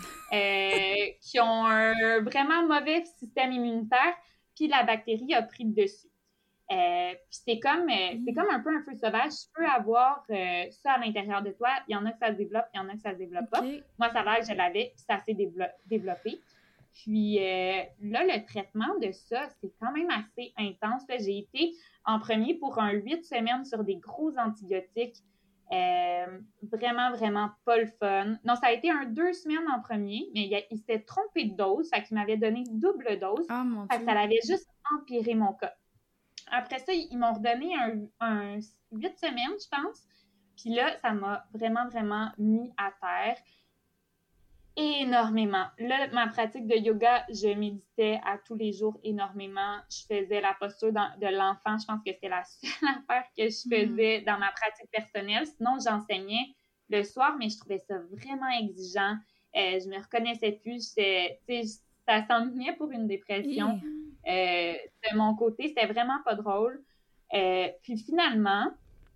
euh, qui ont un vraiment mauvais système immunitaire, puis la bactérie a pris le dessus. Euh, puis c'est comme, euh, c'est comme un peu un feu sauvage. Tu peux avoir euh, ça à l'intérieur de toi. Il y en a que ça se développe, il y en a que ça se développe pas. OK. Moi, ça a l'air que je l'avais, puis ça s'est dévelop- développé. Puis euh, là, le traitement de ça, c'est quand même assez intense. Là, j'ai été en premier pour un huit semaines sur des gros antibiotiques. Euh, vraiment, vraiment pas le fun. Non, ça a été un deux semaines en premier, mais il, a, il s'était trompé de dose, fait qu'il m'avait donné double dose. Ah, mon Fait que Dieu. ça l'avait juste empiré mon cas. après ça, ils m'ont redonné un, un huit semaines, je pense. Puis là, ça m'a vraiment, vraiment mis à terre énormément. Là, ma pratique de yoga, je méditais à tous les jours énormément. Je faisais la posture dans, de l'enfant. Je pense que c'était la seule affaire que je faisais mm. dans ma pratique personnelle. Sinon, j'enseignais le soir, mais je trouvais ça vraiment exigeant. Euh, je me reconnaissais plus. Ça s'en venait pour une dépression. Mm. Euh, de mon côté, c'était vraiment pas drôle. Euh, puis finalement,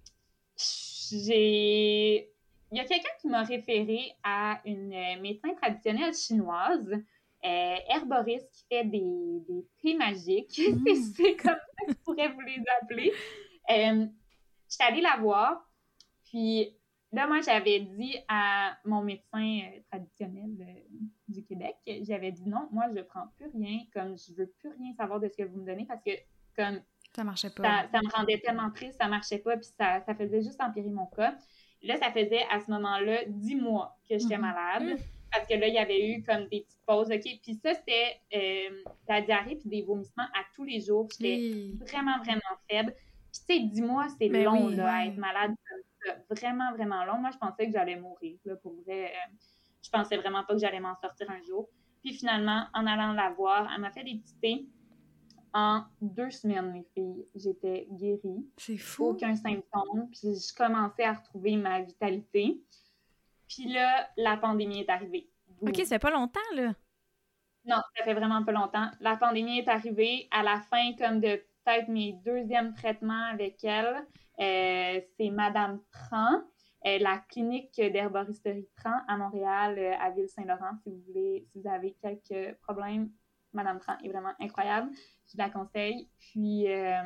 j'ai... Il y a quelqu'un qui m'a référé à une médecin traditionnelle chinoise, euh, herboriste, qui fait des, des thés magiques. Mm. C'est comme ça que je pourrais vous les appeler. Euh, je suis allée la voir, puis là, moi, j'avais dit à mon médecin euh, traditionnel euh, du Québec, j'avais dit non, moi, je prends plus rien, comme je veux plus rien savoir de ce que vous me donnez, parce que comme ça marchait pas. Ça, ça me rendait tellement triste, ça marchait pas, puis ça, ça faisait juste empirer mon cas. Là, ça faisait à ce moment-là dix mois que j'étais mm-hmm. malade, parce que là, il y avait eu comme des petites pauses, OK? Puis ça, c'était euh, la diarrhée puis des vomissements à tous les jours. J'étais oui. vraiment, vraiment faible. Puis tu sais, dix mois, c'est ben long, oui, là, oui. à être malade comme ça. Vraiment, vraiment long. Moi, je pensais que j'allais mourir, là, pour vrai. Euh, je pensais vraiment pas que j'allais m'en sortir un jour. Puis finalement, en allant la voir, elle m'a fait des petits thés. En deux semaines, les filles, j'étais guérie. C'est fou. Aucun symptôme. Puis je commençais à retrouver ma vitalité. Puis là, la pandémie est arrivée. OK, ça fait pas longtemps, là? Non, ça fait vraiment pas longtemps. La pandémie est arrivée à la fin, comme de peut-être mes deuxièmes traitements avec elle. Euh, c'est Madame Tran, euh, la clinique d'herboristerie Tran à Montréal, euh, à Ville-Saint-Laurent. Si vous voulez, si vous avez quelques problèmes, Madame Tran est vraiment incroyable. Je la conseille. Puis, euh,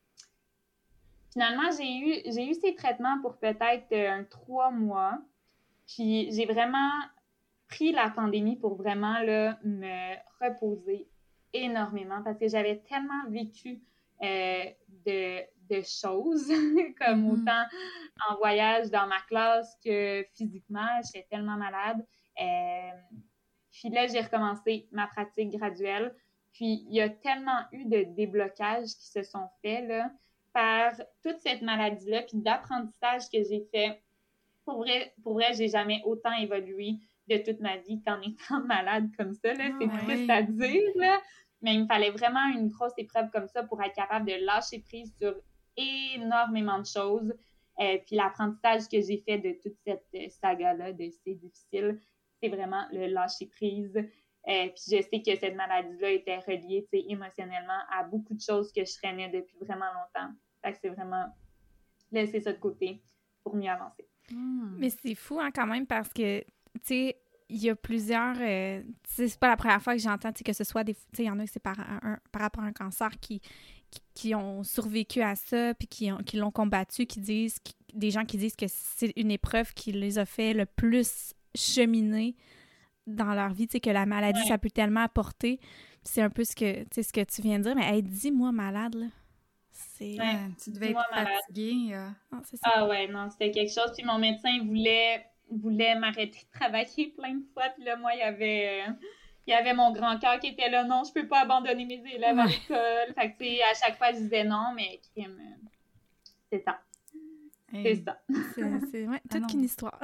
finalement, j'ai eu, j'ai eu ces traitements pour peut-être euh, trois mois. Puis, j'ai vraiment pris la pandémie pour vraiment là, me reposer énormément parce que j'avais tellement vécu euh, de, de choses, comme mm-hmm. autant en voyage dans ma classe que physiquement. J'étais tellement malade. Euh, puis là, j'ai recommencé ma pratique graduelle. Puis, il y a tellement eu de déblocages qui se sont faits là, par toute cette maladie-là, puis d'apprentissage que j'ai fait. Pour vrai, pour vrai, j'ai jamais autant évolué de toute ma vie qu'en étant malade comme ça. Là. C'est ouais. triste à dire, là, mais il me fallait vraiment une grosse épreuve comme ça pour être capable de lâcher prise sur énormément de choses. Euh, puis l'apprentissage que j'ai fait de toute cette saga-là, de C'est difficile, c'est vraiment le lâcher prise. Euh, puis je sais que cette maladie-là était reliée émotionnellement à beaucoup de choses que je freinais depuis vraiment longtemps. Fait que c'est vraiment laisser ça de côté pour mieux avancer. Mmh. Mais c'est fou hein, quand même parce que, tu sais, il y a plusieurs... Euh, c'est pas la première fois que j'entends que ce soit des... Tu sais, il y en a qui c'est par, un, par rapport à un cancer qui, qui, qui ont survécu à ça puis qui, ont, qui l'ont combattu, qui disent... Qui, des gens qui disent que c'est une épreuve qui les a fait le plus cheminer dans leur vie, tu sais, que la maladie, ouais. ça peut tellement apporter. C'est un peu ce que, tu sais, ce que tu viens de dire, mais hey, dix mois malade, là, c'est... Ouais, tu devais être fatiguée. Euh... Non, c'est ça. Ah ouais, non, c'était quelque chose. Puis mon médecin voulait, voulait m'arrêter de travailler plein de fois. Puis là, moi, il y avait, euh, il y avait mon grand cœur qui était là. Non, je peux pas abandonner mes élèves ouais. à l'école. Fait que, tu sais, à chaque fois, je disais non, mais crime, c'est ça. Hey. C'est ça. C'est, c'est ouais, toute ah qu'une histoire.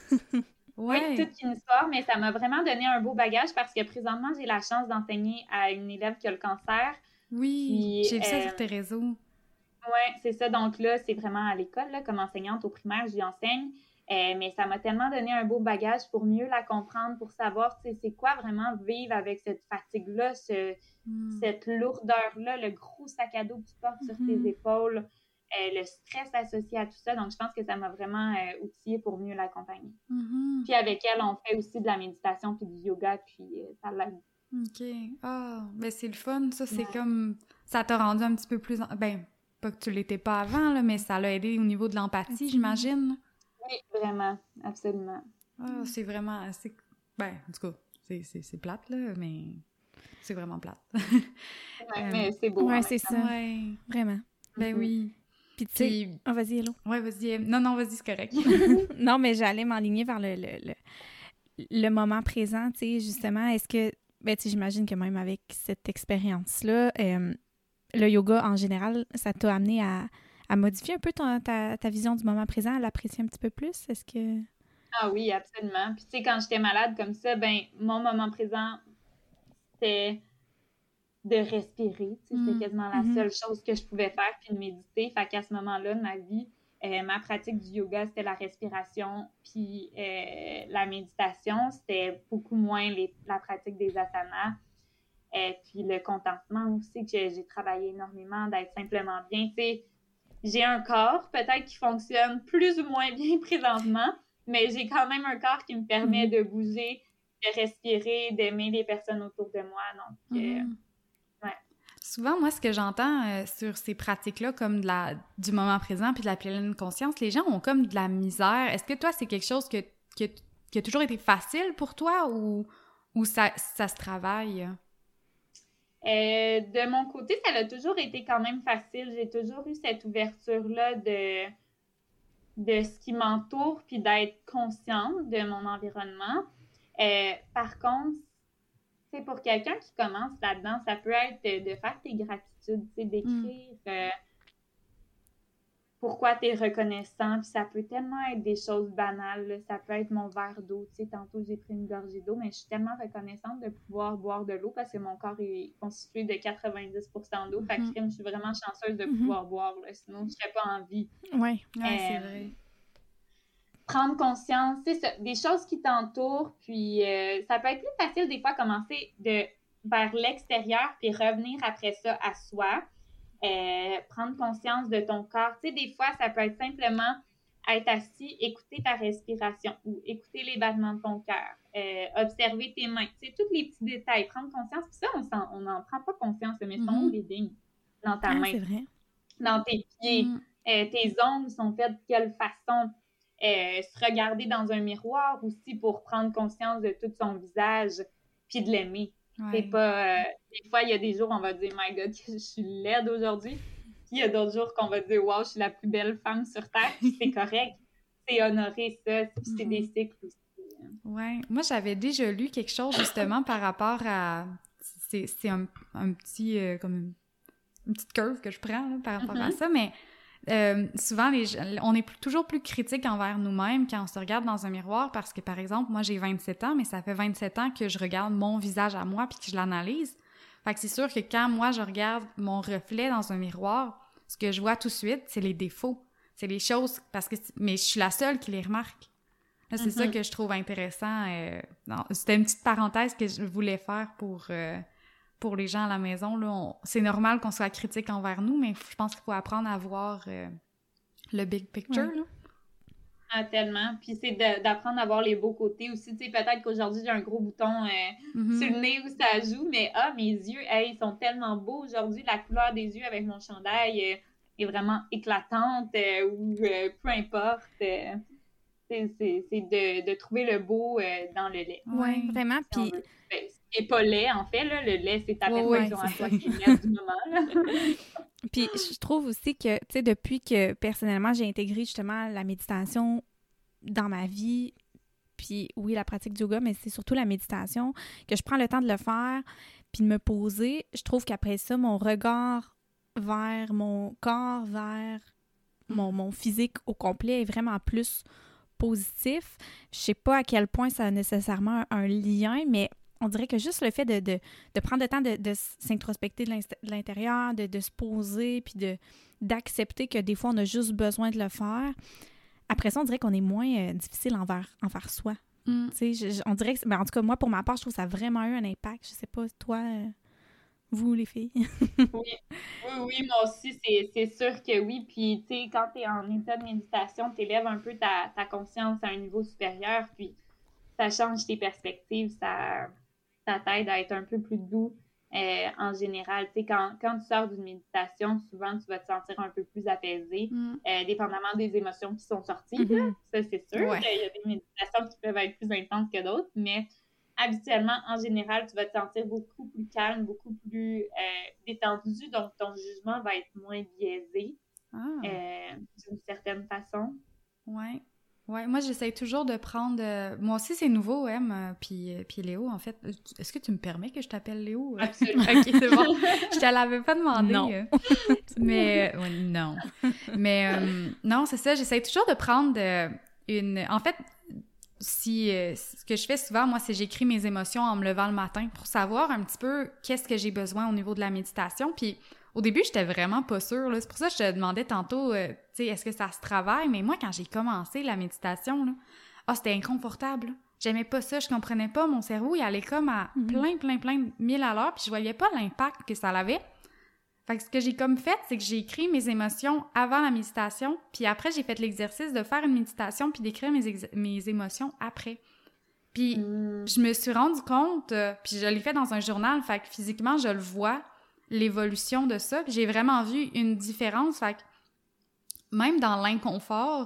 Ouais. Oui, toute une histoire, mais ça m'a vraiment donné un beau bagage parce que présentement, j'ai la chance d'enseigner à une élève qui a le cancer. Oui, puis, j'ai vu euh, ça sur tes réseaux. Oui, c'est ça. Donc là, c'est vraiment à l'école, là, comme enseignante au primaire, j'y enseigne. Euh, mais ça m'a tellement donné un beau bagage pour mieux la comprendre, pour savoir, tu sais, c'est quoi vraiment vivre avec cette fatigue-là, ce, mm. cette lourdeur-là, le gros sac à dos que tu portes mm-hmm. sur tes épaules. Euh, le stress associé à tout ça. Donc, je pense que ça m'a vraiment euh, outillée pour mieux l'accompagner. Mm-hmm. Puis avec elle, on fait aussi de la méditation puis du yoga, puis euh, ça l'aide. OK. Ah, oh, ben c'est le fun. Ça, c'est ouais. comme... Ça t'a rendu un petit peu plus... En... Ben, pas que tu l'étais pas avant, là, mais ça l'a aidé au niveau de l'empathie, mm-hmm. j'imagine. Oui, vraiment. Absolument. Ah, oh, c'est vraiment... C'est... Ben, en tout cas, c'est, c'est, c'est plate, là, mais c'est vraiment plate. ouais, euh... mais c'est beau. Ouais, c'est ça. Ouais. Vraiment. Ben mm-hmm. oui. Puis tu sais... Ah, oh, vas-y, Hello. Ouais, vas-y. Non, non, vas-y, c'est correct. Non, mais j'allais m'enligner vers le, le, le, le moment présent, tu sais, justement. Est-ce que... Ben, tu sais, j'imagine que même avec cette expérience-là, euh, le yoga en général, ça t'a amené à, à modifier un peu ton, ta, ta vision du moment présent, à l'apprécier un petit peu plus? Est-ce que... Ah oui, absolument. Puis tu sais, quand j'étais malade comme ça, ben mon moment présent, c'était de respirer. Tu sais, Mm. c'était quasiment la Mm-hmm. seule chose que je pouvais faire, puis de méditer. Fait qu'à ce moment-là de ma vie, euh, ma pratique du yoga, c'était la respiration, puis euh, la méditation, c'était beaucoup moins les, la pratique des asanas. Et puis le contentement aussi, que j'ai travaillé énormément, d'être simplement bien. Tu sais, j'ai un corps peut-être qui fonctionne plus ou moins bien présentement, mais j'ai quand même un corps qui me permet Mm-hmm. de bouger, de respirer, d'aimer les personnes autour de moi. Donc, Mm-hmm. euh, ouais. Souvent, moi, ce que j'entends euh, sur ces pratiques-là, comme de la, du moment présent puis de la pleine conscience, les gens ont comme de la misère. Est-ce que toi, c'est quelque chose que, que, qui a toujours été facile pour toi ou, ou ça, ça se travaille? Euh, de mon côté, ça a toujours été quand même facile. J'ai toujours eu cette ouverture-là de, de ce qui m'entoure puis d'être consciente de mon environnement. Euh, par contre, c'est pour quelqu'un qui commence là-dedans, ça peut être de, de faire tes gratitudes, d'écrire mm. euh, pourquoi tu es reconnaissant. Puis ça peut tellement être des choses banales. Là. Ça peut être mon verre d'eau. Tu sais, tantôt, j'ai pris une gorgée d'eau, mais je suis tellement reconnaissante de pouvoir boire de l'eau parce que mon corps est constitué de quatre-vingt-dix pour cent d'eau. Mm-hmm. Fait que je suis vraiment chanceuse de mm-hmm. pouvoir boire. Là, sinon, je ne serais pas en vie. Oui, ouais, euh, c'est vrai. Prendre conscience, c'est ça, des choses qui t'entourent. Puis euh, ça peut être plus facile des fois commencer de, vers l'extérieur puis revenir après ça à soi. Euh, prendre conscience de ton corps. Tu sais, des fois, ça peut être simplement être assis, écouter ta respiration ou écouter les battements de ton cœur, euh, observer tes mains. Tu sais, tous les petits détails, prendre conscience. Puis ça, on n'en prend pas conscience, mais mm-hmm. sont où les lignes dans ta ah, main, c'est vrai. dans tes pieds, mm. euh, tes ongles sont faits de quelle façon. Euh, se regarder dans un miroir aussi pour prendre conscience de tout son visage puis de l'aimer. Ouais. C'est pas... Euh, des fois, il y a des jours où on va dire « My God, je suis laide aujourd'hui ». Puis il y a d'autres jours qu'on va dire « Wow, je suis la plus belle femme sur Terre ». Puis c'est correct. C'est honorer ça. Puis c'est mm-hmm. des cycles aussi. Oui. Moi, j'avais déjà lu quelque chose justement par rapport à... C'est, c'est un, un petit... Euh, comme une, une petite curve que je prends là, par rapport mm-hmm. à ça, mais... Euh, souvent, les, on est plus, toujours plus critique envers nous-mêmes quand on se regarde dans un miroir parce que, par exemple, moi, j'ai vingt-sept ans, mais ça fait vingt-sept ans que je regarde mon visage à moi puis que je l'analyse. Fait que c'est sûr que quand moi, je regarde mon reflet dans un miroir, ce que je vois tout de suite, c'est les défauts. C'est les choses, parce que... Mais je suis la seule qui les remarque. Là, c'est mm-hmm. ça que je trouve intéressant. Euh, non, c'était une petite parenthèse que je voulais faire pour... Euh, pour les gens à la maison, là, on... c'est normal qu'on soit critique envers nous, mais je pense qu'il faut apprendre à voir euh, le big picture. Ouais. Là. Ah, tellement. Puis c'est de, d'apprendre à voir les beaux côtés aussi. Tu sais, peut-être qu'aujourd'hui, j'ai un gros bouton euh, mm-hmm. sur le nez où ça joue, mais ah, mes yeux, hey, ils sont tellement beaux aujourd'hui. La couleur des yeux avec mon chandail euh, est vraiment éclatante euh, ou euh, peu importe. Euh, c'est, c'est, c'est de, de trouver le beau euh, dans le lait. Oui, ouais, vraiment. Si puis... Et pas lait, en fait, là. Le lait, c'est ta perception ouais, à toi qui est du moment, là. Puis je trouve aussi que, tu sais, depuis que, personnellement, j'ai intégré justement la méditation dans ma vie, puis oui, la pratique du yoga, mais c'est surtout la méditation, que je prends le temps de le faire, puis de me poser, je trouve qu'après ça, mon regard vers mon corps, vers mon, mon physique au complet est vraiment plus positif. Je sais pas à quel point ça a nécessairement un, un lien, mais on dirait que juste le fait de, de, de prendre le temps de, de s'introspecter de l'intérieur, de, de se poser, puis de, d'accepter que des fois, on a juste besoin de le faire. Après ça, on dirait qu'on est moins euh, difficile envers, envers soi. Mm. Tu sais, on dirait que... Ben, en tout cas, moi, pour ma part, je trouve que ça a vraiment eu un impact. Je sais pas, toi, euh, vous, les filles? oui. oui, oui, moi aussi, c'est, c'est sûr que oui. Puis, tu sais, quand tu es en état de méditation, tu élèves un peu ta, ta conscience à un niveau supérieur, puis ça change tes perspectives, ça... ça t'aide à être un peu plus doux euh, en général. Tu sais, quand, quand tu sors d'une méditation, souvent, tu vas te sentir un peu plus apaisé, mm. euh, dépendamment des émotions qui sont sorties. Mm-hmm. Là. Ça, c'est sûr. Ouais. Il y a des méditations qui peuvent être plus intenses que d'autres, mais habituellement, en général, tu vas te sentir beaucoup plus calme, beaucoup plus euh, détendu, donc ton jugement va être moins biaisé ah. euh, d'une certaine façon. Ouais. Ouais, moi, j'essaie toujours de prendre... Euh, moi aussi, c'est nouveau, Em, euh, puis, euh, puis Léo, en fait. Est-ce que tu me permets que je t'appelle Léo? Absolument. OK, c'est bon. Je te l'avais pas demandé. Non. Euh, mais... Ouais, non. Mais euh, non, c'est ça, j'essaie toujours de prendre euh, une... En fait, si euh, ce que je fais souvent, moi, c'est j'écris mes émotions en me levant le matin pour savoir un petit peu qu'est-ce que j'ai besoin au niveau de la méditation. Puis au début, j'étais vraiment pas sûre, là. C'est pour ça que je te demandais tantôt, euh, tu sais, est-ce que ça se travaille? Mais moi, quand j'ai commencé la méditation, là, ah, c'était inconfortable, là. J'aimais pas ça, je comprenais pas. Mon cerveau, il allait comme à mm-hmm. plein, plein, plein de mille à l'heure, puis je voyais pas l'impact que ça avait. Fait que ce que j'ai comme fait, c'est que j'ai écrit mes émotions avant la méditation, puis après, j'ai fait l'exercice de faire une méditation puis d'écrire mes, ex- mes émotions après. Puis mm. je me suis rendu compte, euh, puis je l'ai fait dans un journal, fait que physiquement, je le vois, l'évolution de ça, puis j'ai vraiment vu une différence. Fait que même dans l'inconfort,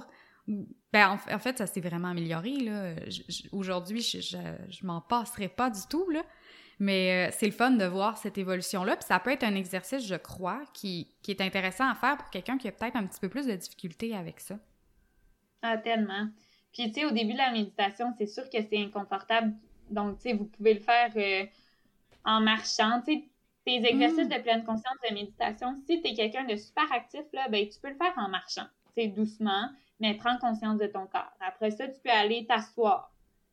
ben en, en fait, ça s'est vraiment amélioré, là. Je, je, aujourd'hui, je, je, je m'en passerais pas du tout, là. Mais euh, c'est le fun de voir cette évolution-là. Puis ça peut être un exercice, je crois, qui, qui est intéressant à faire pour quelqu'un qui a peut-être un petit peu plus de difficulté avec ça. Ah, tellement. Puis, tu sais, au début de la méditation, c'est sûr que c'est inconfortable. Donc, tu sais, vous pouvez le faire euh, en marchant. Tu sais, tes exercices mmh. de pleine conscience de méditation, si tu es quelqu'un de super actif, là, ben tu peux le faire en marchant. Tu sais, doucement, mais prends conscience de ton corps. Après ça, tu peux aller t'asseoir.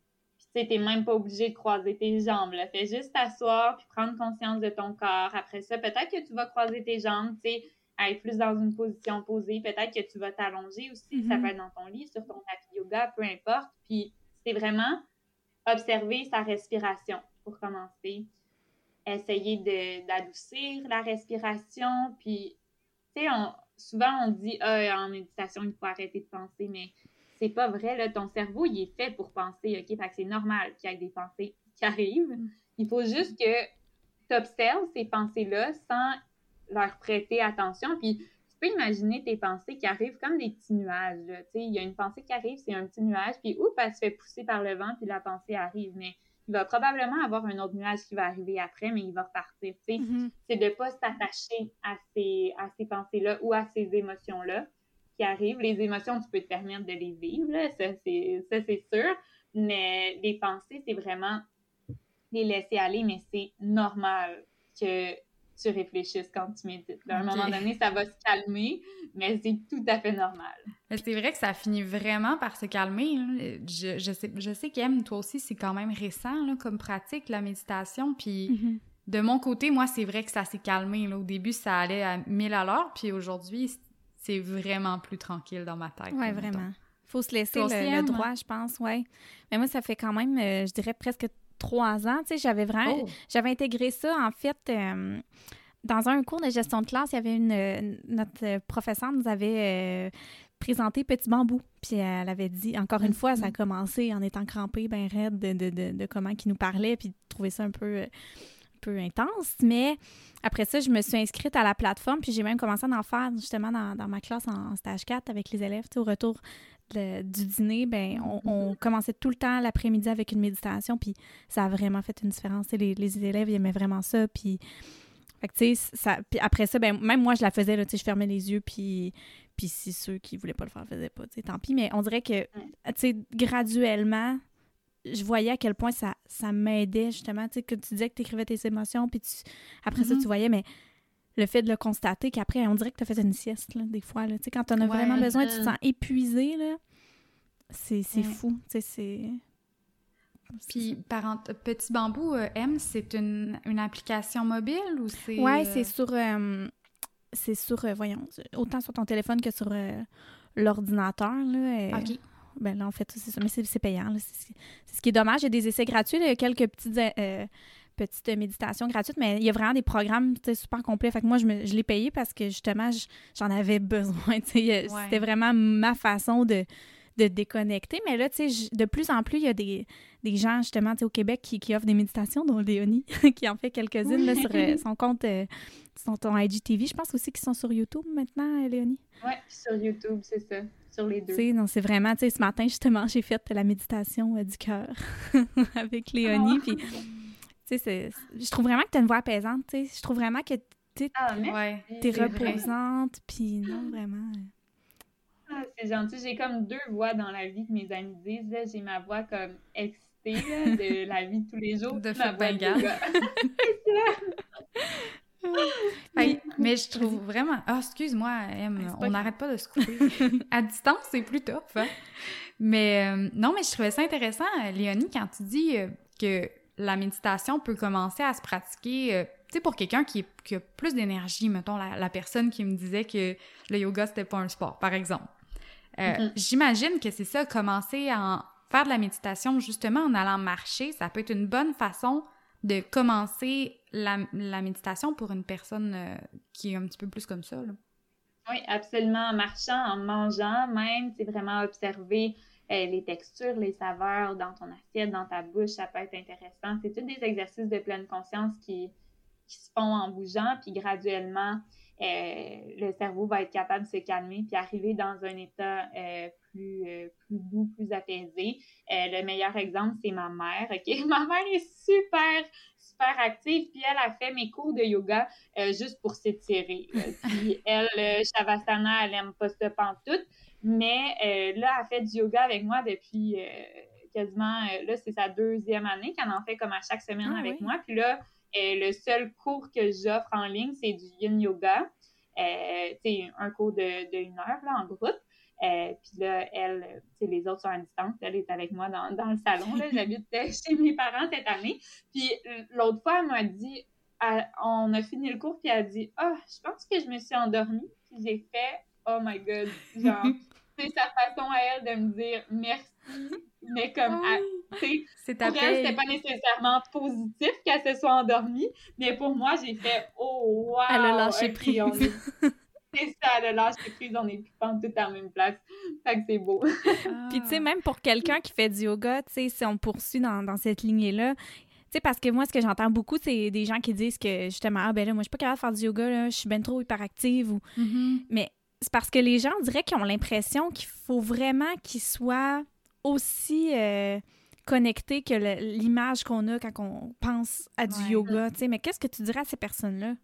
Tu sais, t'es même pas obligé de croiser tes jambes, là. Fais juste t'asseoir puis prendre conscience de ton corps. Après ça, peut-être que tu vas croiser tes jambes, tu sais, être plus dans une position posée. Peut-être que tu vas t'allonger aussi. Mm-hmm. Ça peut être dans ton lit, sur ton tapis yoga, peu importe. Puis, c'est vraiment observer sa respiration pour commencer. Essayer de, d'adoucir la respiration. Puis, tu sais, on, souvent, on dit ah, en méditation, il faut arrêter de penser, mais c'est pas vrai, là. Ton cerveau, il est fait pour penser, OK? Fait que c'est normal qu'il y ait des pensées qui arrivent. Il faut juste que tu observes ces pensées-là sans leur prêter attention. Puis, tu peux imaginer tes pensées qui arrivent comme des petits nuages, là. Tu sais, il y a une pensée qui arrive, c'est un petit nuage, puis oups, elle se fait pousser par le vent, puis la pensée arrive. Mais il va probablement avoir un autre nuage qui va arriver après, mais il va repartir, tu sais. Mm-hmm. C'est de pas s'attacher à ces, à ces pensées-là ou à ces émotions-là qui arrivent. Les émotions, tu peux te permettre de les vivre, là, ça, c'est, ça, c'est sûr. Mais les pensées, c'est vraiment les laisser aller, mais c'est normal que tu réfléchisses quand tu médites. À un okay. moment donné, ça va se calmer, mais c'est tout à fait normal. C'est vrai que ça finit vraiment par se calmer. Hein. Je, je sais, je sais qu'Em, toi aussi, c'est quand même récent là, comme pratique, la méditation, puis... Mm-hmm. De mon côté, moi, c'est vrai que ça s'est calmé. Là. Au début, ça allait à mille à l'heure, puis aujourd'hui, c'est vraiment plus tranquille dans ma tête. Oui, vraiment. Il faut se laisser le, le droit, je pense, oui. Mais moi, ça fait quand même, euh, je dirais, presque trois ans. Tu sais, j'avais vraiment... Oh. J'avais intégré ça, en fait, euh, dans un cours de gestion de classe, il y avait une... Euh, notre professeure nous avait... Euh, présenté Petit Bambou. Puis elle avait dit, encore une fois, ça a commencé en étant crampée, ben raide, de, de, de, de comment il nous parlait, puis de trouver ça un peu... Euh, peu intense, mais après ça, je me suis inscrite à la plateforme, puis j'ai même commencé à en faire justement dans, dans ma classe en, en stage quatre avec les élèves. Tu sais, au retour de, du dîner, ben on, on commençait tout le temps l'après-midi avec une méditation, puis ça a vraiment fait une différence. Les, les élèves, ils aimaient vraiment ça, puis, fait que, tu sais, ça, puis après ça, ben même moi, je la faisais, là, tu sais, je fermais les yeux, puis, puis si ceux qui voulaient pas le faire le faisaient pas, tu sais, tant pis, mais on dirait que, tu sais, graduellement, je voyais à quel point ça, ça m'aidait, justement, tu sais, que tu disais que tu écrivais tes émotions, puis tu, après mm-hmm. ça, tu voyais, mais le fait de le constater, qu'après, on dirait que tu as fait une sieste, là, des fois, là, tu sais, quand tu en as ouais, vraiment besoin, euh... tu te sens épuisé, là, c'est, c'est ouais. fou, tu sais, c'est... Puis, parent... Petit Bambou, euh, M, c'est une, une application mobile ou c'est... Oui, euh... c'est sur, euh, c'est sur, euh, voyons, autant sur ton téléphone que sur euh, l'ordinateur, là, et... OK. Ben là, en fait, c'est ça, mais c'est, c'est payant. Là. C'est, c'est ce qui est dommage. Il y a des essais gratuits, là, il y a quelques petites, euh, petites méditations gratuites, mais il y a vraiment des programmes super complets. Fait que moi, je, me, je l'ai payé parce que, justement, je, j'en avais besoin. Ouais. C'était vraiment ma façon de, de déconnecter. Mais là, tu sais, de plus en plus, il y a des, des gens, justement, au Québec qui, qui offrent des méditations, dont Léonie, qui en fait quelques-unes là, sur euh, son compte, euh, sur ton I G T V. Je pense aussi qu'ils sont sur YouTube maintenant, Léonie. Oui, sur YouTube, c'est ça. Sur les deux. T'sais, non, c'est vraiment, tu sais, ce matin, justement, j'ai fait la méditation euh, du cœur avec Léonie, puis, tu sais, c'est, je trouve vraiment que tu as une voix apaisante, tu sais, je trouve vraiment que tu ah, es reposante, puis non, vraiment. Ah, c'est gentil. J'ai comme deux voix dans la vie que mes amis disent. Là, j'ai ma voix comme excitée là, de la vie de tous les jours. De ma voix de Bengale. yoga. Hey, mais je trouve vraiment... Ah, oh, excuse-moi, Em, on n'arrête pas de se couper. À distance, c'est plus tough, hein? Mais euh, non, mais je trouvais ça intéressant, Léonie, quand tu dis euh, que la méditation peut commencer à se pratiquer, euh, tu sais, pour quelqu'un qui, est, qui a plus d'énergie, mettons, la, la personne qui me disait que le yoga, c'était pas un sport, par exemple. Euh, mm-hmm. J'imagine que c'est ça, commencer à en faire de la méditation, justement, en allant marcher, ça peut être une bonne façon de commencer la, la méditation pour une personne euh, qui est un petit peu plus comme ça, là. Oui, absolument. En marchant, en mangeant même, c'est vraiment observer euh, les textures, les saveurs dans ton assiette, dans ta bouche, ça peut être intéressant. C'est tous des exercices de pleine conscience qui, qui se font en bougeant, puis graduellement, euh, le cerveau va être capable de se calmer puis arriver dans un état euh, plus, euh, plus doux, plus apaisé. Euh, le meilleur exemple, c'est ma mère. OK? Ma mère est super, super active, puis elle a fait mes cours de yoga euh, juste pour s'étirer. Puis elle, euh, Shavasana, elle aime pas ça pantoute, mais euh, là, elle fait du yoga avec moi depuis euh, quasiment, euh, là, c'est sa deuxième année qu'elle en fait comme à chaque semaine ah, avec oui. moi. Puis là, euh, le seul cours que j'offre en ligne, c'est du yin yoga. Euh, c'est un cours de, de une heure, là, en groupe. Euh, puis là, elle, tu sais, les autres sont à distance. Elle est avec moi dans, dans le salon. Là. J'habite chez mes parents cette année. Puis l'autre fois, elle m'a dit, elle, on a fini le cours, puis elle a dit, ah, oh, je pense que je me suis endormie. Puis j'ai fait, oh my God, genre, c'est sa façon à elle de me dire merci. Mais comme, tu sais, pour elle, c'était pas nécessairement positif qu'elle se soit endormie. Mais pour moi, j'ai fait, oh, wow. Elle a lâché prise. C'est ça, elle a lâché prise, on est plus tout à la même place. Fait que c'est beau. Ah. Puis, tu sais, même pour quelqu'un qui fait du yoga, tu sais, si on poursuit dans, dans cette lignée-là, tu sais, parce que moi, ce que j'entends beaucoup, c'est des gens qui disent que, justement, ah, ben là, moi, je suis pas capable de faire du yoga, là, je suis ben trop hyperactive. Ou... Mm-hmm. Mais c'est parce que les gens, on dirait qu'ils ont l'impression qu'il faut vraiment qu'ils soient aussi euh, connectés que le, l'image qu'on a quand on pense à du ouais. yoga, tu sais. Mais qu'est-ce que tu dirais à ces personnes-là?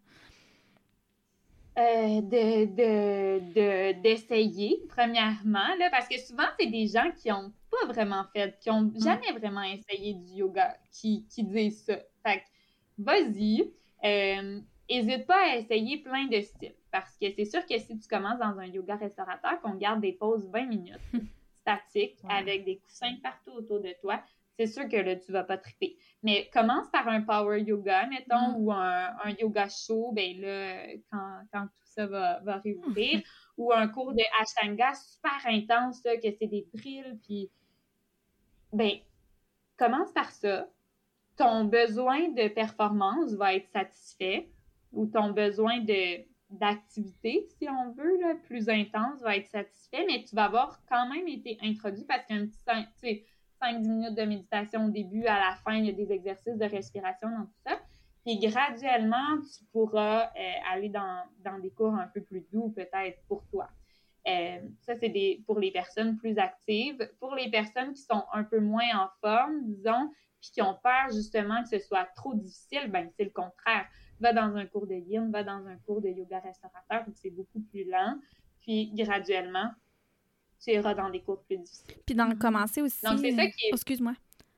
Euh, de, de, de, d'essayer, premièrement, là, parce que souvent, c'est des gens qui n'ont pas vraiment fait, qui n'ont jamais mm. vraiment essayé du yoga, qui, qui disent ça. Fait que, vas-y, euh, n'hésite pas à essayer plein de styles, parce que c'est sûr que si tu commences dans un yoga restaurateur, qu'on garde des pauses vingt minutes, statiques, ouais. avec des coussins partout autour de toi, c'est sûr que là, tu vas pas triper. Mais commence par un power yoga, mettons, mm. ou un, un yoga chaud, ben là, quand, quand tout ça va, va réouvrir, mm. ou un cours de Ashtanga super intense, là, que c'est des drills, puis ben, commence par ça. Ton besoin de performance va être satisfait, ou ton besoin de, d'activité, si on veut, là, plus intense, va être satisfait, mais tu vas avoir quand même été introduit parce qu'il y a un petit, tu sais, cinq dix minutes de méditation au début, à la fin, il y a des exercices de respiration dans tout ça. Puis graduellement, tu pourras euh, aller dans, dans des cours un peu plus doux, peut-être, pour toi. Euh, ça, c'est des, pour les personnes plus actives. Pour les personnes qui sont un peu moins en forme, disons, puis qui ont peur, justement, que ce soit trop difficile, ben c'est le contraire. Va dans un cours de yin, va dans un cours de yoga restaurateur, où c'est beaucoup plus lent. Puis graduellement, tu iras dans des cours plus difficiles. Puis d'en commencer aussi... Donc, c'est ça qui est... Oh, excuse-moi.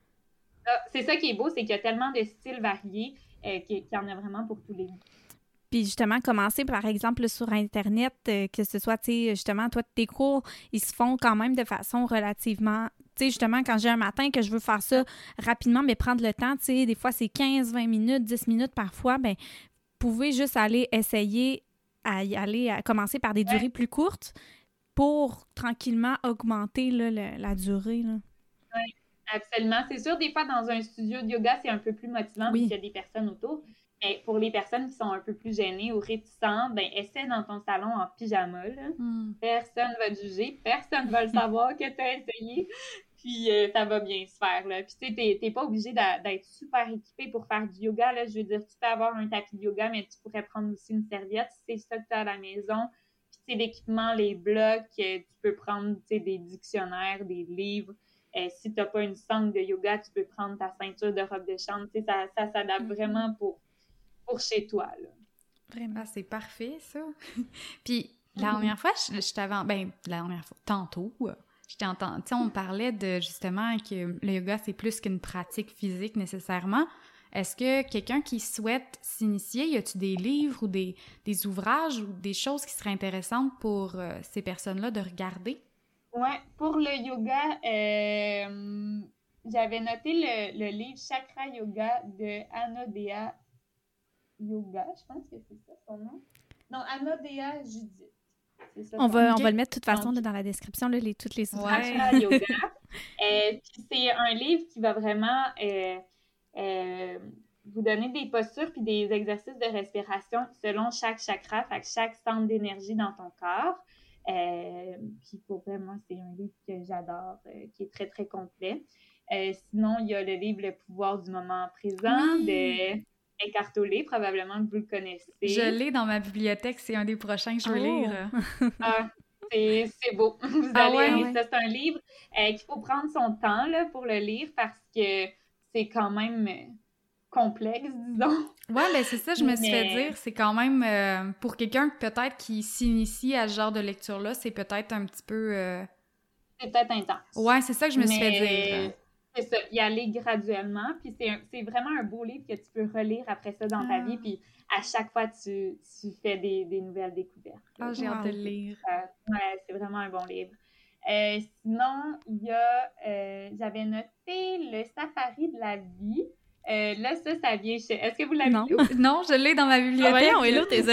C'est ça qui est beau, c'est qu'il y a tellement de styles variés euh, qu'il y en a vraiment pour tous les goûts. Puis justement, commencer, par exemple, sur Internet, euh, que ce soit, tu sais, justement, toi, tes cours, ils se font quand même de façon relativement... Tu sais, justement, quand j'ai un matin que je veux faire ça rapidement, mais prendre le temps, tu sais, des fois, c'est quinze, vingt minutes, dix minutes parfois, bien, vous pouvez juste aller essayer à y aller, à commencer par des ouais. durées plus courtes, pour tranquillement augmenter là, la, la durée. Oui, absolument. C'est sûr, des fois, dans un studio de yoga, c'est un peu plus motivant oui. parce qu'il y a des personnes autour. Mais pour les personnes qui sont un peu plus gênées ou réticentes, ben essaie dans ton salon en pyjama. Là. Mm. Personne ne va te juger. Personne ne va le savoir que tu as essayé. Puis euh, ça va bien se faire. Là. Puis tu sais, t'es, t'es pas obligé d'être super équipé pour faire du yoga. Là. Je veux dire, tu peux avoir un tapis de yoga, mais tu pourrais prendre aussi une serviette si c'est ça que tu as à la maison. Puis, l'équipement, les blocs, euh, tu peux prendre des dictionnaires, des livres. Euh, si tu n'as pas une sangle de yoga, tu peux prendre ta ceinture de robe de chambre. Ça, ça s'adapte mm-hmm. vraiment pour, pour chez toi. Là. Vraiment, c'est parfait, ça. Puis, La dernière fois, je, je t'avais... Ben, la dernière fois, tantôt, je t'ai entendu... Tu sais, on parlait de, justement, que le yoga, c'est plus qu'une pratique physique, nécessairement. Est-ce que quelqu'un qui souhaite s'initier, y a-tu des livres ou des, des ouvrages ou des choses qui seraient intéressantes pour euh, ces personnes-là de regarder? Ouais, pour le yoga, euh, j'avais noté le, le livre Chakra Yoga de Anodea Yoga, je pense que c'est ça son nom. Non, Anodea Judith. C'est ça On son va, nom. on va le mettre de toute façon Donc, là, dans la description, là, les, toutes les ouvrages. Chakra Yoga. Euh, puis c'est un livre qui va vraiment euh, euh, vous donner des postures puis des exercices de respiration selon chaque chakra, fait que chaque centre d'énergie dans ton corps. Euh, puis pour vraiment, c'est un livre que j'adore, euh, qui est très, très complet. Euh, sinon, il y a le livre Le pouvoir du moment présent Oui. de Eckhart Tolle, probablement que vous le connaissez. Je l'ai dans ma bibliothèque, c'est un des prochains que je veux Oh. lire. Ah, c'est, c'est beau. Vous Ah allez ouais? aimer Ouais. ça. C'est un livre euh, qu'il faut prendre son temps là, pour le lire parce que c'est quand même euh, complexe, disons. Ouais, ben c'est ça, je me suis Mais- fait dire. C'est quand même, euh, pour quelqu'un peut-être qui s'initie à ce genre de lecture-là, c'est peut-être un petit peu... euh, C'est peut-être intense. Ouais, c'est ça que je me suis Mais fait dire. c'est ça, y aller graduellement. Puis c'est, un- c'est vraiment un beau livre que tu peux relire après ça dans ta Ah. vie. Puis à chaque fois, tu, tu fais des, des nouvelles découvertes. Ah, j'ai hâte de le Wow. lire. Euh, ouais, c'est vraiment un bon livre. Euh, sinon, il y a, euh, j'avais noté le Safari de la vie. Euh, là, ça, ça vient chez... Est-ce que vous l'avez Non. lu? Non, je l'ai dans ma Ah, bibliothèque. voyons, et là, t'es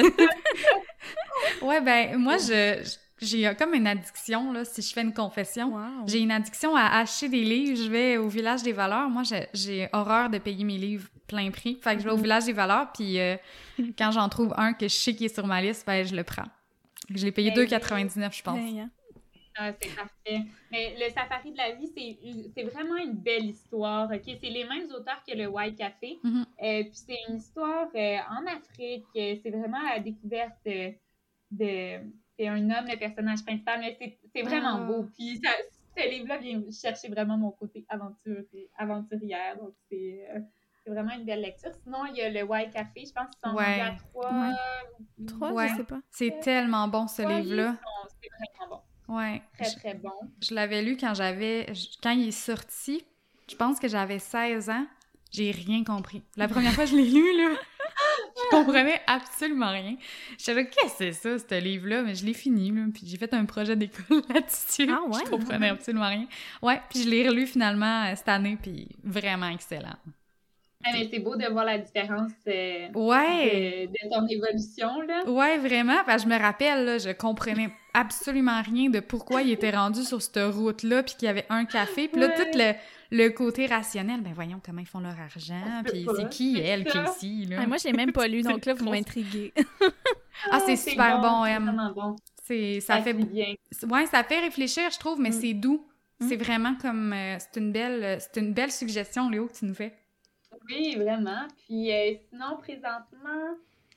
Ouais, ben moi, je, je- j'ai comme une addiction, là, si je fais une confession. Wow. J'ai une addiction à acheter des livres. Je vais au Village des Valeurs. Moi, j'ai, j'ai horreur de payer mes livres plein prix. Fait que je vais au Village des Valeurs, puis euh, quand j'en trouve un que je sais qui est sur ma liste, ben je le prends. Je l'ai payé Ben deux oui. quatre-vingt-dix-neuf, je pense. Ouais, hein. Ah, c'est parfait. Mais le Safari de la vie, c'est, c'est vraiment une belle histoire. Ok, c'est les mêmes auteurs que le White Café. Mhm. Euh, puis c'est une histoire euh, en Afrique. Euh, C'est vraiment la découverte euh, de... C'est un homme, le personnage principal, mais c'est, c'est vraiment Ah. beau. Puis ça, ce livre-là vient chercher vraiment mon côté aventure, aventurière. Donc c'est, euh, c'est vraiment une belle lecture. Sinon, il y a le White Café. Je pense qu'ils sont Ouais. rendus à trois... Ouais. Trois, Ouais. je sais pas. C'est tellement bon, ce trois livre-là. livres sont- C'est vraiment bon. Ouais. Très, Je, très bon. je l'avais lu quand j'avais... Quand il est sorti, je pense que j'avais seize ans. J'ai rien compris. La première fois que je l'ai lu, là, je comprenais absolument rien. J'étais là, qu'est-ce que c'est ça, ce livre-là? Mais je l'ai fini, là, puis j'ai fait un projet d'école là-dessus. Ah ouais? Je comprenais absolument rien. Ouais, puis je l'ai relu finalement euh, cette année, puis vraiment excellent. Ah, mais c'est beau de voir la différence euh, Ouais! de, de ton évolution, là. Ouais, vraiment. Parce que je me rappelle, là, je comprenais absolument rien de pourquoi il était rendu sur cette route-là, puis qu'il y avait un café. Puis là, Ouais. tout le, le côté rationnel, ben voyons comment ils font leur argent, On se peut puis pas, c'est qui, c'est elle, ça. Casey, là? Ah, moi, je l'ai même pas lu, donc là, vous trop- m'intriguez. Ah, c'est super bon, c'est Em. vraiment bon. C'est, ça Ça fait... fait bien. Ouais, ça fait réfléchir, je trouve, mais Mm. c'est doux. Mm. C'est vraiment comme... euh, c'est une belle euh, c'est une belle suggestion, Léo, que tu nous fais. Oui, vraiment. Puis euh, sinon, présentement,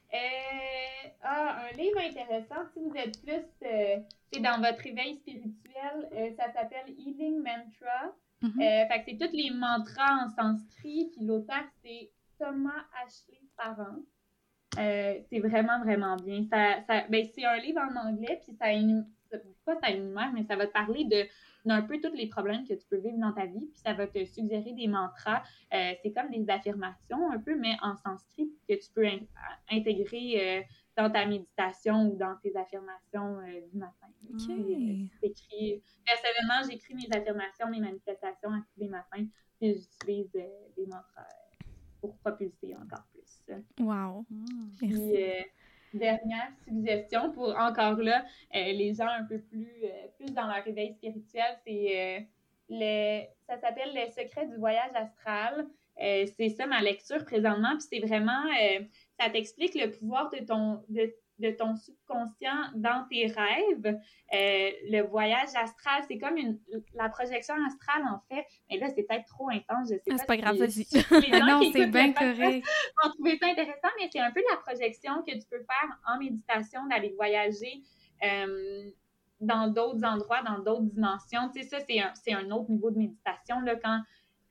euh, ah, un livre intéressant, si vous êtes plus, euh, c'est dans votre éveil spirituel, euh, ça s'appelle Healing Mantra. Mhm. Euh, fait que c'est tous les mantras en sanskrit, puis l'auteur, c'est Thomas Ashley Parent. Euh, c'est vraiment, vraiment bien. Ça, ça, ben, c'est un livre en anglais, puis ça énumère, pas ça énumère, mais ça va te parler de d'un peu tous les problèmes que tu peux vivre dans ta vie, puis ça va te suggérer des mantras. Euh, c'est comme des affirmations un peu, mais en sanskrit, que tu peux in- intégrer euh, dans ta méditation ou dans tes affirmations euh, du matin. OK. Puis, euh, c'est écrit... Personnellement, j'écris mes affirmations, mes manifestations à tous les matins, puis j'utilise euh, des mantras euh, pour propulser encore plus. Wow. Puis, Merci. euh, dernière suggestion pour encore là, euh, les gens un peu plus, euh, plus dans leur réveil spirituel, c'est euh, le, ça s'appelle Le secret du voyage astral. Euh, c'est ça ma lecture présentement, puis c'est vraiment, euh, ça t'explique le pouvoir de ton, de, de ton subconscient dans tes rêves. Euh, le voyage astral, c'est comme une, la projection astrale en fait, mais là c'est peut-être trop intense, je sais Ah, pas. c'est pas si- grave, vas-y. si les gens Non, qui c'est écoutent bien le podcast correct. vont trouver ça intéressant, mais c'est un peu la projection que tu peux faire en méditation, d'aller voyager euh, dans d'autres endroits, dans d'autres dimensions. Tu sais, ça, c'est un, c'est un autre niveau de méditation, là, quand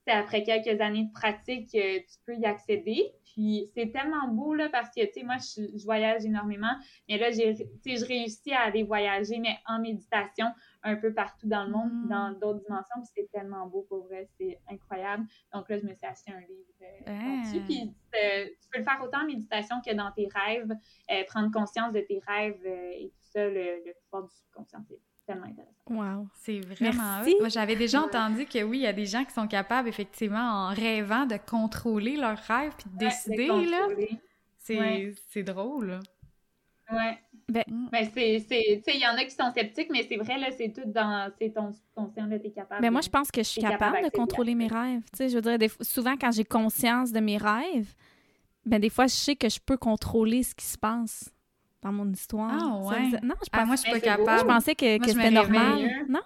c'est après quelques années de pratique que tu peux y accéder. Puis c'est tellement beau, là, parce que, tu sais, moi, je, je voyage énormément, mais là, j'ai, tu sais, je réussis à aller voyager, mais en méditation, un peu partout dans le monde, Mm. dans d'autres dimensions, puis c'est tellement beau, pour vrai, c'est incroyable. Donc là, je me suis acheté un livre euh, Ah. là-dessus, puis euh, tu peux le faire autant en méditation que dans tes rêves, euh, prendre conscience de tes rêves euh, et tout ça, le, le pouvoir du subconscient, c'est tellement intéressant. Wow. C'est vraiment Merci. hot. Moi, j'avais déjà entendu que oui, il y a des gens qui sont capables, effectivement, en rêvant, de contrôler leurs rêves puis de Ouais, décider, de là. contrôler. C'est, Ouais. c'est drôle. Ouais. Ben, Ben, c'est, c'est, tu sais, il y en a qui sont sceptiques, mais c'est vrai, là, c'est tout dans, c'est ton subconscient, là, t'es capable. ben de- moi, je pense que je suis t'es capable capable de d'accéder à contrôler ça. mes rêves. Tu sais, je veux dire, des fois- souvent, quand j'ai conscience de mes rêves, ben des fois, je sais que je peux contrôler ce qui se passe dans mon histoire. Ah, Ça ouais. vous- Non, je, Ah, pense... moi, je suis Ben, pas c'est beau. capable. je pensais que, Moi, que je me c'était normal. réveille. Non.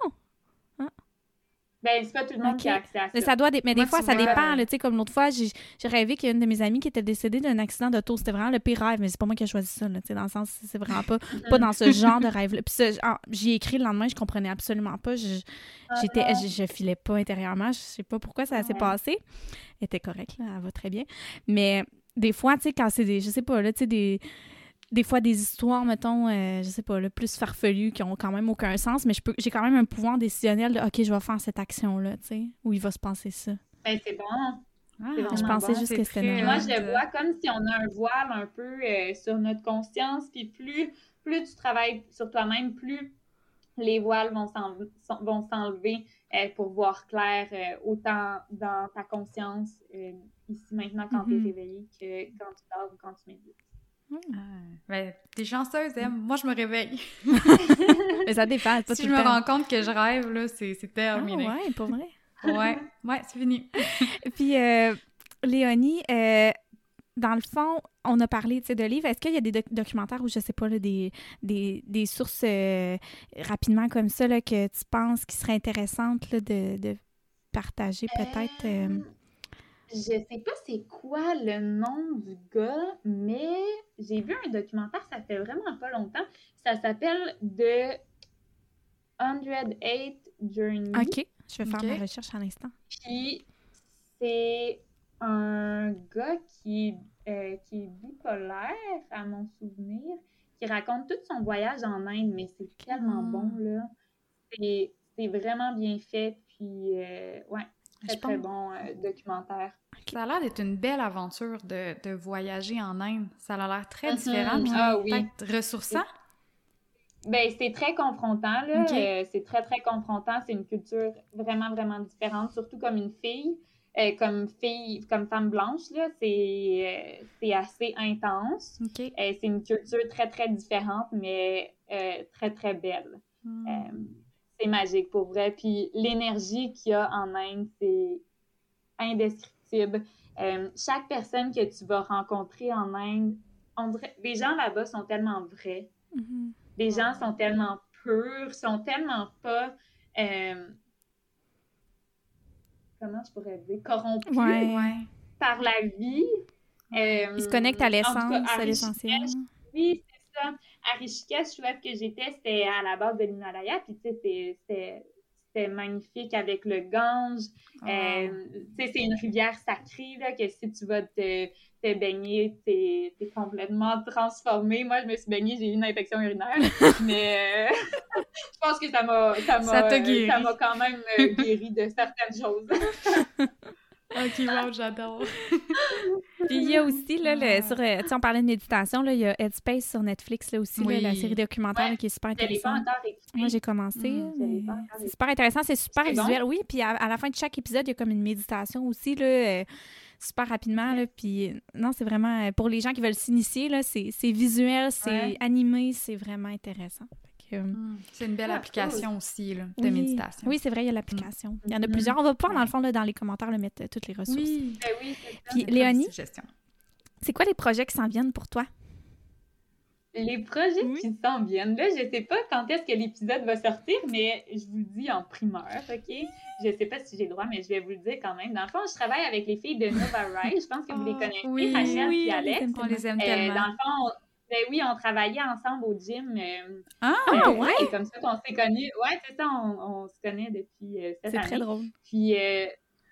Ben, c'est pas tout le monde Ok. qui a accès à ça. Mais ça doit dé- mais des Moi, fois, tu ça vois, dépend. euh, là. Tu sais, comme l'autre fois, j'ai j'ai rêvé qu'il y a une de mes amies qui était décédée d'un accident d'auto. C'était vraiment le pire rêve, mais c'est pas moi qui ai choisi ça. Là, tu sais, dans le sens, c'est vraiment pas, pas dans ce genre de rêve-là. Puis ça, ah, j'y ai écrit le lendemain, je comprenais absolument pas. Je, j'étais, Ah. je, je filais pas intérieurement. Je sais pas pourquoi ça s'est Ouais. passé. Elle était correcte, là, elle va très bien. Mais des fois, tu sais, quand c'est des, je sais pas, là, tu sais, des... Des fois, des histoires, mettons, euh, je sais pas, là, plus farfelues, qui ont quand même aucun sens, mais je peux, j'ai quand même un pouvoir décisionnel de « OK, je vais faire cette action-là », tu sais, où il va se passer ça. Ben, c'est bon. Ah, Je Je vraiment pensais bon, juste c'est que c'était très Et normal. moi, je le hot. vois comme si on a un voile un peu euh, sur notre conscience, puis plus, plus tu travailles sur toi-même, plus les voiles vont, s'enle- s'en- vont s'enlever euh, pour voir clair, euh, autant dans ta conscience, euh, ici maintenant, quand tu es Mhm. réveillé, que quand tu dors ou quand tu médites. Ah. Ben, t'es chanceuse, Em. Moi, je me réveille. Mais ça dépend, c'est pas Si tout je le me temps. rends compte que je rêve, là, c'est, c'est Ah terminé. ouais, pas vrai. Ouais, ouais, c'est fini. Puis, euh, Léonie, euh, dans le fond, on a parlé, tu sais, de livres. Est-ce qu'il y a des doc- documentaires ou je sais pas, là, des, des, des sources euh, rapidement comme ça là, que tu penses qui seraient intéressantes là, de, de partager peut-être? euh? Euh, Je sais pas c'est quoi le nom du gars, mais j'ai vu un documentaire, ça fait vraiment pas longtemps. Ça s'appelle The cent huit Journey. OK, je vais faire Ok. ma recherche à l'instant. Puis c'est un gars qui, euh, qui est bipolaire, à mon souvenir, qui raconte tout son voyage en Inde, mais c'est tellement bon, là. C'est, c'est vraiment bien fait, puis euh, ouais, très Je très pense- bon euh, documentaire. Ça a l'air d'être une belle aventure de, de voyager en Inde. Ça a l'air très Mhm. différent, puis Ah oui. peut-être ressourçant. Ben, c'est très confrontant, là. Ok. Euh, c'est très, très confrontant. C'est une culture vraiment, vraiment différente, surtout comme une fille. Euh, comme fille, comme femme blanche, là, c'est, euh, c'est assez intense. OK. Euh, c'est une culture très, très différente, mais euh, très, très belle. Hmm. Euh, c'est magique, pour vrai. Puis l'énergie qu'il y a en Inde, c'est indescriptible. Euh, chaque personne que tu vas rencontrer en Inde, on dirait, les gens là-bas sont tellement vrais. Mhm. Les gens sont tellement purs, sont tellement pas, euh, comment je pourrais dire, corrompus Ouais. Ouais. par la vie. Euh, Ils se connectent à en tout cas, l'essence, à à l'essentiel. Rishikesh, oui, c'est ça. À Rishikesh, où est-ce que j'étais, c'était à la base de l'Himalaya, puis tu sais, c'était- c'était c'était magnifique avec le Gange. Oh. Euh, tu sais, c'est une rivière sacrée, là, que si tu vas te, te baigner, t'es es complètement transformé. Moi, je me suis baignée, j'ai eu une infection urinaire, mais euh, je pense que ça m'a ça Ça m'a t'a guéri. ça m'a quand même euh, guéri de certaines choses. OK, wow, j'adore. Puis il y a aussi, là, le- Ah. sur, euh, tu sais, on parlait de méditation, là, il y a Headspace sur Netflix, là aussi, là, Oui. la série documentaire Ouais. là, qui est super Je l'ai pas intéressante. encore écouté. Moi, j'ai commencé, Mm, là, je l'ai mais pas encore c'est écouté. super intéressant, c'est super C'est bon? visuel. Oui, puis à, à la fin de chaque épisode, il y a comme une méditation aussi, là, euh, super rapidement, là, puis euh, non, c'est vraiment, euh, pour les gens qui veulent s'initier, là, c'est c'est visuel, c'est Ouais. animé, c'est vraiment intéressant. Fait que, euh, Hmm. C'est une belle Ah, application aussi, là, de oui. méditation. Oui, c'est vrai, il y a l'application. Il y en a Mhm. plusieurs. On va pouvoir, dans Ouais. le fond, là, dans les commentaires, le mettre euh, toutes les ressources. Oui. Ben oui, c'est ça. Puis, Très bonne Léonie, suggestion. c'est quoi les projets qui s'en viennent pour toi? Les projets Oui. qui s'en viennent, là, je sais pas quand est-ce que l'épisode va sortir, mais je vous le dis en primeur, OK? Je sais pas si j'ai le droit, mais je vais vous le dire quand même. Dans le fond, je travaille avec les filles de Nova Rise. Je pense que vous les Oh, connaissez, oui, Rachel oui, et on les Alex. aime On les aime Euh, tellement. dans le fond, on- ben oui, on travaillait ensemble au gym. euh, Ah! Ah, euh, ouais? C'est comme ça qu'on s'est connus. Ouais, c'est ça, on, on se connaît depuis euh, cette C'est année. très drôle. Puis, euh,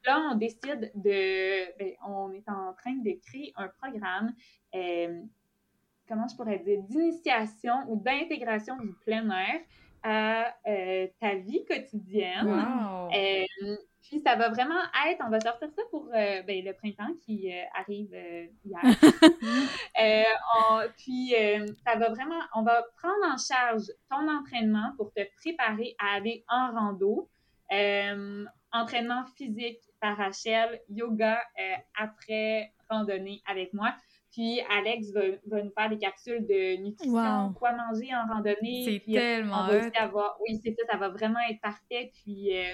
là, on décide de... Ben, on est en train de créer un programme, euh, comment je pourrais dire, d'initiation ou d'intégration du plein air à euh, ta vie quotidienne. Wow. Euh, puis ça va vraiment être, on va sortir ça pour euh, ben, le printemps qui euh, arrive euh, hier. euh, on, puis euh, ça va vraiment, on va prendre en charge ton entraînement pour te préparer à aller en rando. Euh, entraînement physique par Rachel, yoga euh, après randonnée avec moi. Puis Alex va, va nous faire des capsules de nutrition, wow. quoi manger en randonnée. C'est puis, tellement on va aussi avoir, oui, c'est ça, ça va vraiment être parfait. Puis euh,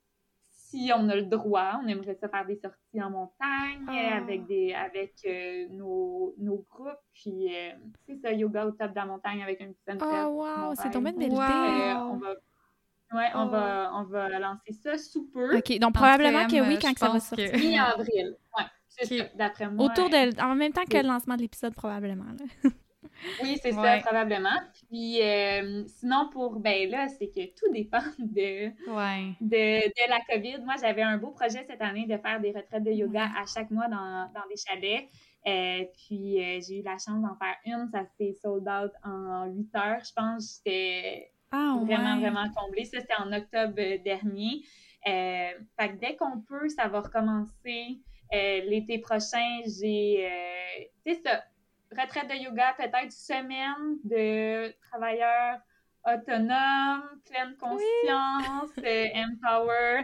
si on a le droit, on aimerait ça faire des sorties en montagne oh. avec des avec euh, nos, nos groupes. Puis euh, c'est ça, yoga au top de la montagne avec un petit sunset. Oh wow, c'est tombé de belle idée. Wow. Euh, on va Ouais, oh. on, va, on va lancer ça sous peu. OK, donc probablement que oui, quand que ça va sortir. Que... mi-avril, ouais, c'est okay. ça, d'après moi. Autour de... En même temps que oui. le lancement de l'épisode, probablement. Là. Oui, c'est ouais. ça, probablement. Puis euh, sinon, pour, ben là, c'est que tout dépend de, ouais. de, de la COVID. Moi, j'avais un beau projet cette année de faire des retraites de yoga ouais. à chaque mois dans, dans des chalets. Euh, puis euh, j'ai eu la chance d'en faire une. Ça s'est sold out en huit heures, je pense. J'étais... Ah, vraiment, ouais. vraiment comblé. Ça, c'était en octobre dernier. Euh, fait que dès qu'on peut, ça va recommencer. Euh, l'été prochain, j'ai, euh, tu sais, ça, retraite de yoga, peut-être semaine de travailleurs autonomes, pleine conscience, oui. euh, empower,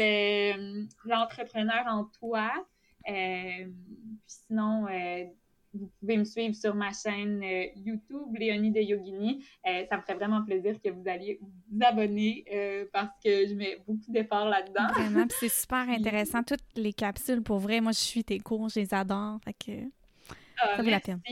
le, l'entrepreneur en toi. Euh, puis sinon, euh, vous pouvez me suivre sur ma chaîne euh, YouTube, Léonie de Yogini. Euh, ça me ferait vraiment plaisir que vous alliez vous abonner euh, parce que je mets beaucoup d'efforts là-dedans. Vraiment, puis c'est super intéressant. Toutes les capsules, pour vrai, moi, je suis tes cours, je les adore. Fait que ah, ça vaut la peine.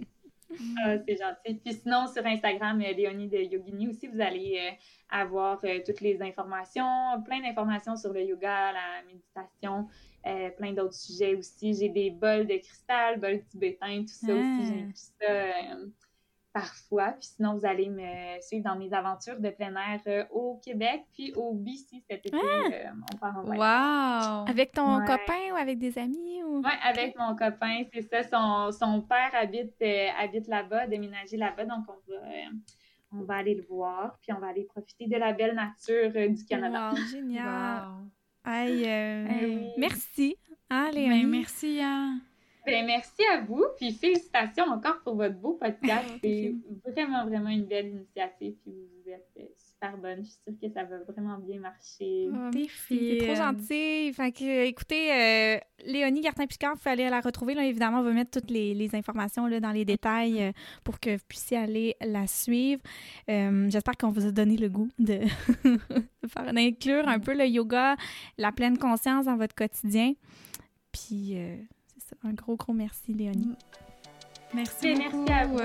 ah, c'est gentil. Puis sinon, sur Instagram, euh, Léonie de Yogini aussi, vous allez euh, avoir euh, toutes les informations, plein d'informations sur le yoga, la méditation, Euh, plein d'autres sujets aussi. J'ai des bols de cristal, bols tibétains, tout ça ah. aussi. J'inclus ça euh, parfois. Puis sinon, vous allez me suivre dans mes aventures de plein air euh, au Québec, puis au B C cet été. Ah. Euh, on part en voyage. Wow! Avec ton ouais. copain ou avec des amis? Ou... Oui, avec mon copain, c'est ça. Son, son père habite, euh, habite là-bas, déménagé là-bas, donc on va... Euh, on va aller le voir, puis on va aller profiter de la belle nature euh, du Canada. Wow, génial! Wow. Aïe, euh, oui. Merci, hein, Léonie? Ben, merci, hein? Ben, merci à vous, puis félicitations encore pour votre beau podcast. C'est vraiment, vraiment une belle initiative, puis vous êtes super bonne. Je suis sûre que ça va vraiment bien marcher. Oh, c'est trop gentil. Fait que, écoutez, euh, Léonie Gartin-Picard, vous pouvez aller la retrouver. Là, évidemment, on va mettre toutes les, les informations là, dans les détails euh, pour que vous puissiez aller la suivre. Euh, j'espère qu'on vous a donné le goût de, de faire d'inclure un peu le yoga, la pleine conscience dans votre quotidien. Puis... Euh, un gros, gros merci, Léonie. Merci Et beaucoup. Merci à vous.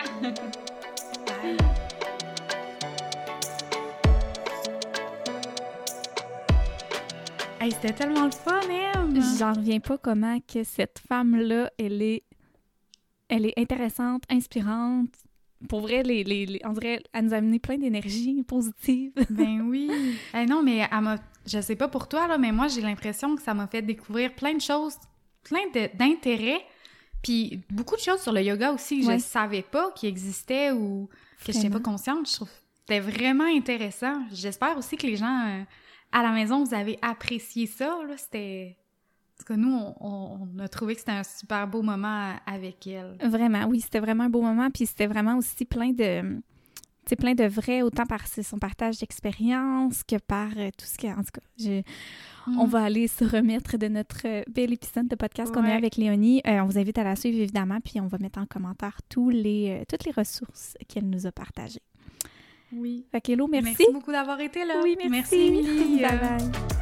Bye. Hey, c'était tellement le fun, Em! J'en reviens pas comment que cette femme-là, elle est, elle est intéressante, inspirante. Pour vrai, les, les, les, on dirait, elle nous a amené plein d'énergie positive. Ben oui. Hey, non, mais elle m'a, je sais pas pour toi, là, mais moi, j'ai l'impression que ça m'a fait découvrir plein de choses, plein de, d'intérêts, puis beaucoup de choses sur le yoga aussi que ouais. je savais pas qui existaient ou que je n'étais pas consciente. Je trouve que c'était vraiment intéressant. J'espère aussi que les gens euh, à la maison, vous avez apprécié ça. Là. C'était... En tout cas, nous, on, on a trouvé que c'était un super beau moment avec elle. Vraiment, oui, c'était vraiment un beau moment, puis c'était vraiment aussi plein de... C'est plein de vrai, autant par son partage d'expérience que par euh, tout ce qu'il y a. En tout cas, je, mm. on va aller se remettre de notre euh, bel épisode de podcast ouais. qu'on a avec Léonie. Euh, on vous invite à la suivre, évidemment, puis on va mettre en commentaire tous les, euh, toutes les ressources qu'elle nous a partagées. Oui. Fait que, hello, merci. Merci beaucoup d'avoir été là. Oui, merci. Merci, Émilie. Bye bye.